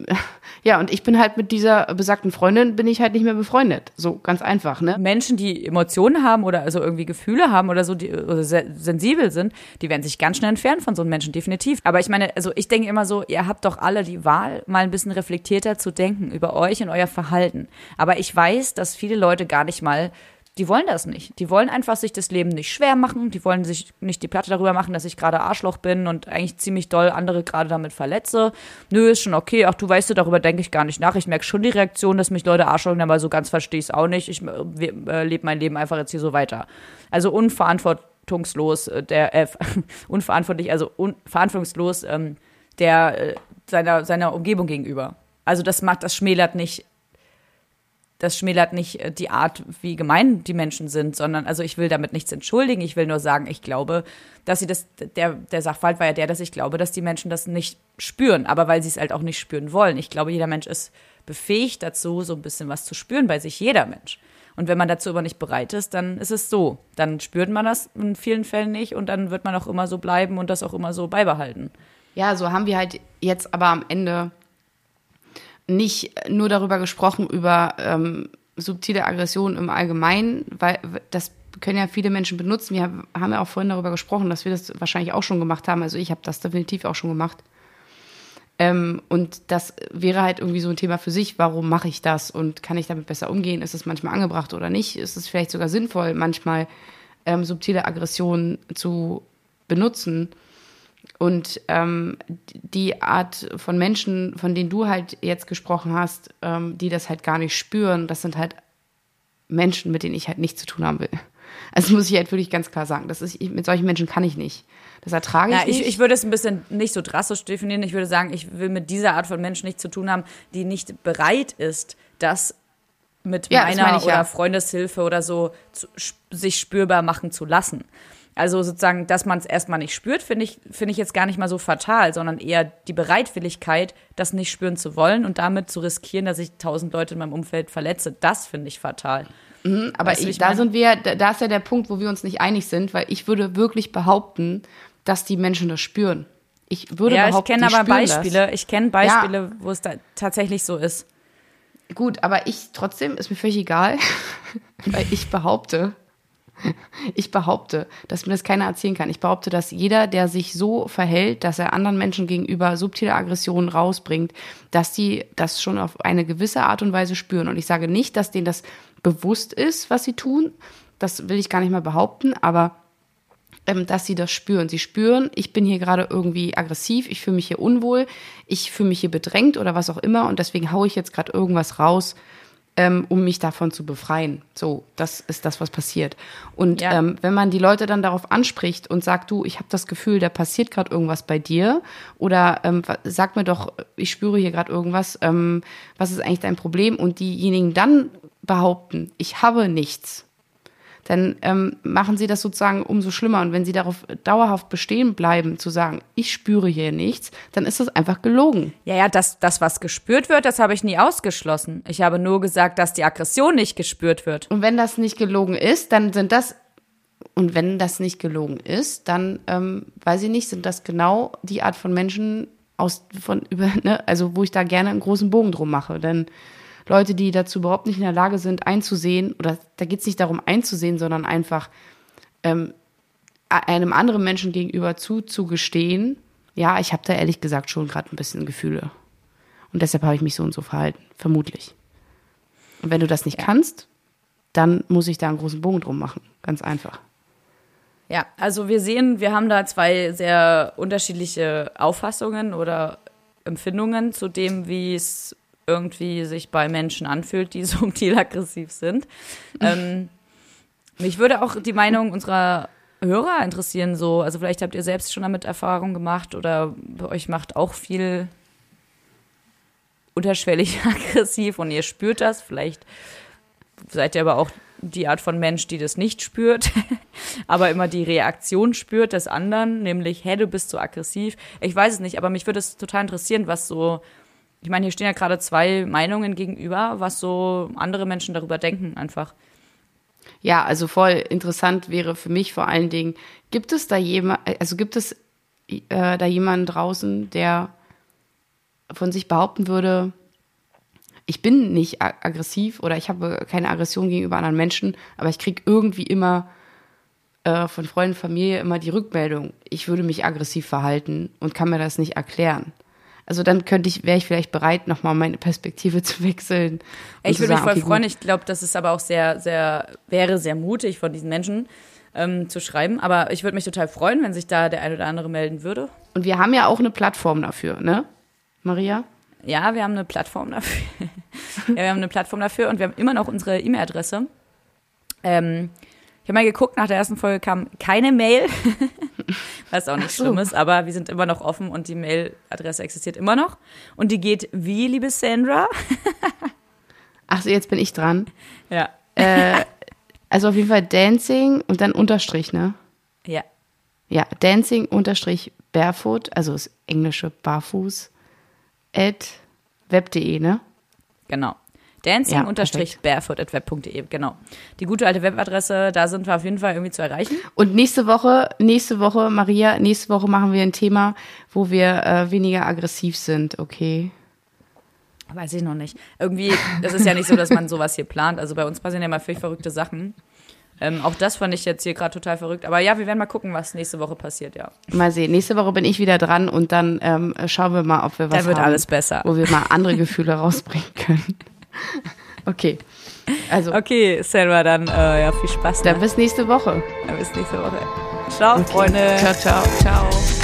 dieser besagten Freundin bin ich halt nicht mehr befreundet. So, ganz einfach, ne? Menschen, die Emotionen haben oder also irgendwie Gefühle haben oder so, oder sensibel sind, die werden sich ganz schnell entfernen von so einem Menschen, definitiv. Aber ich meine, also ich denke immer so, ihr habt doch alle die Wahl, mal ein bisschen reflektierter zu denken über euch und euer Verhalten. Aber ich weiß, dass viele Leute gar nicht mal, die wollen das nicht. Die wollen einfach sich das Leben nicht schwer machen. Die wollen sich nicht die Platte darüber machen, dass ich gerade Arschloch bin und eigentlich ziemlich doll andere gerade damit verletze. Nö, ist schon okay. Ach, du weißt, darüber denke ich gar nicht nach. Ich merke schon die Reaktion, dass mich Leute Arschloch, aber so ganz verstehe ich es auch nicht. Ich lebe mein Leben einfach jetzt hier so weiter. Also unverantwortungslos, verantwortungslos seiner Umgebung gegenüber. Also das schmälert nicht die Art, wie gemein die Menschen sind, sondern, also ich will damit nichts entschuldigen, ich will nur sagen, ich glaube, dass sie der Sachverhalt war ja dass ich glaube, dass die Menschen das nicht spüren, aber weil sie es halt auch nicht spüren wollen. Ich glaube, jeder Mensch ist befähigt dazu, so ein bisschen was zu spüren bei sich, jeder Mensch. Und wenn man dazu aber nicht bereit ist, dann ist es so. Dann spürt man das in vielen Fällen nicht und dann wird man auch immer so bleiben und das auch immer so beibehalten. Ja, so haben wir halt jetzt aber am Ende nicht nur darüber gesprochen, über subtile Aggression im Allgemeinen, weil das können ja viele Menschen benutzen. Wir haben ja auch vorhin darüber gesprochen, dass wir das wahrscheinlich auch schon gemacht haben. Also ich habe das definitiv auch schon gemacht. Und das wäre halt irgendwie so ein Thema für sich. Warum mache ich das? Und kann ich damit besser umgehen? Ist es manchmal angebracht oder nicht? Ist es vielleicht sogar sinnvoll, manchmal subtile Aggression zu benutzen? Und die Art von Menschen, von denen du halt jetzt gesprochen hast, die das halt gar nicht spüren, das sind halt Menschen, mit denen ich halt nichts zu tun haben will. Also muss ich halt wirklich ganz klar sagen, mit solchen Menschen kann ich nicht. Das ertrage ich nicht. Ich würde es ein bisschen nicht so drastisch definieren. Ich würde sagen, ich will mit dieser Art von Menschen nichts zu tun haben, die nicht bereit ist, das mit meiner oder Freundeshilfe oder so sich spürbar machen zu lassen. Also sozusagen, dass man es erstmal nicht spürt, finde ich jetzt gar nicht mal so fatal, sondern eher die Bereitwilligkeit, das nicht spüren zu wollen und damit zu riskieren, dass ich 1000 Leute in meinem Umfeld verletze. Das finde ich fatal. Aber da ist ja der Punkt, wo wir uns nicht einig sind, weil ich würde wirklich behaupten, dass die Menschen das spüren. Ich kenne aber Beispiele. Ich kenne Beispiele, wo es da tatsächlich so ist. Gut, aber trotzdem ist mir völlig egal, weil ich behaupte, dass mir das keiner erzählen kann. Ich behaupte, dass jeder, der sich so verhält, dass er anderen Menschen gegenüber subtile Aggressionen rausbringt, dass die das schon auf eine gewisse Art und Weise spüren. Und ich sage nicht, dass denen das bewusst ist, was sie tun. Das will ich gar nicht mal behaupten, aber dass sie das spüren. Sie spüren, ich bin hier gerade irgendwie aggressiv, ich fühle mich hier unwohl, ich fühle mich hier bedrängt oder was auch immer und deswegen haue ich jetzt gerade irgendwas raus, um mich davon zu befreien. So, das ist das, was passiert. Und wenn man die Leute dann darauf anspricht und sagt, du, ich habe das Gefühl, da passiert gerade irgendwas bei dir oder sag mir doch, ich spüre hier gerade irgendwas, was ist eigentlich dein Problem? Und diejenigen dann behaupten, ich habe nichts, dann machen sie das sozusagen umso schlimmer. Und wenn sie darauf dauerhaft bestehen bleiben, zu sagen, ich spüre hier nichts, dann ist das einfach gelogen. Ja, das, was gespürt wird, das habe ich nie ausgeschlossen. Ich habe nur gesagt, dass die Aggression nicht gespürt wird. Und wenn das nicht gelogen ist, dann sind das, und wenn das nicht gelogen ist, dann, weiß ich nicht, sind das genau die Art von Menschen, also wo ich da gerne einen großen Bogen drum mache. Denn Leute, die dazu überhaupt nicht in der Lage sind, einzusehen, oder da geht es nicht darum einzusehen, sondern einfach einem anderen Menschen gegenüber zuzugestehen, ja, ich habe da ehrlich gesagt schon gerade ein bisschen Gefühle. Und deshalb habe ich mich so und so verhalten, vermutlich. Und wenn du das nicht kannst, dann muss ich da einen großen Bogen drum machen. Ganz einfach. Ja, also wir haben da zwei sehr unterschiedliche Auffassungen oder Empfindungen zu dem, wie es irgendwie sich bei Menschen anfühlt, die subtil aggressiv sind. Mich würde auch die Meinung unserer Hörer interessieren, so, also vielleicht habt ihr selbst schon damit Erfahrung gemacht oder bei euch macht auch viel unterschwellig aggressiv und ihr spürt das, vielleicht seid ihr aber auch die Art von Mensch, die das nicht spürt, aber immer die Reaktion spürt des anderen, nämlich, hey, du bist so aggressiv. Ich weiß es nicht, aber mich würde es total interessieren, was so, ich meine, hier stehen ja gerade zwei Meinungen gegenüber, was so andere Menschen darüber denken einfach. Ja, also voll interessant wäre für mich vor allen Dingen, gibt es da jemanden draußen, der von sich behaupten würde, ich bin nicht aggressiv oder ich habe keine Aggression gegenüber anderen Menschen, aber ich kriege irgendwie immer von Freunden, Familie immer die Rückmeldung, ich würde mich aggressiv verhalten und kann mir das nicht erklären. Also dann wäre ich vielleicht bereit, nochmal meine Perspektive zu wechseln. Ich würde mich voll freuen. Ich glaube, das ist aber auch wäre sehr mutig von diesen Menschen zu schreiben. Aber ich würde mich total freuen, wenn sich da der ein oder andere melden würde. Und wir haben ja auch eine Plattform dafür, ne, Maria? Ja, wir haben eine Plattform dafür. Und wir haben immer noch unsere E-Mail-Adresse. Ich habe mal geguckt, nach der ersten Folge kam keine Mail, was auch nicht schlimm ist, aber wir sind immer noch offen und die Mail-Adresse existiert immer noch. Und die geht wie, liebe Sandra? Ach so, jetzt bin ich dran. Ja. Also auf jeden Fall Dancing und dann Unterstrich, ne? Ja. Ja, Dancing Unterstrich Barefoot, also das englische Barfuß, @web.de, ne? Genau. Dancing-barefoot@web.de, genau. Die gute alte Webadresse, da sind wir auf jeden Fall irgendwie zu erreichen. Und nächste Woche, Maria, machen wir ein Thema, wo wir weniger aggressiv sind, okay? Weiß ich noch nicht. Irgendwie, das ist ja nicht so, dass man sowas hier plant. Also bei uns passieren ja mal völlig verrückte Sachen. Auch das fand ich jetzt hier gerade total verrückt. Aber ja, wir werden mal gucken, was nächste Woche passiert, ja. Mal sehen. Nächste Woche bin ich wieder dran und dann schauen wir mal, ob wir was haben. Da wird alles besser. Wo wir mal andere Gefühle rausbringen können. Okay. Also. Okay, Selma, dann viel Spaß. Dann bis nächste Woche. Ciao, okay. Freunde. Ciao, ciao. Ciao.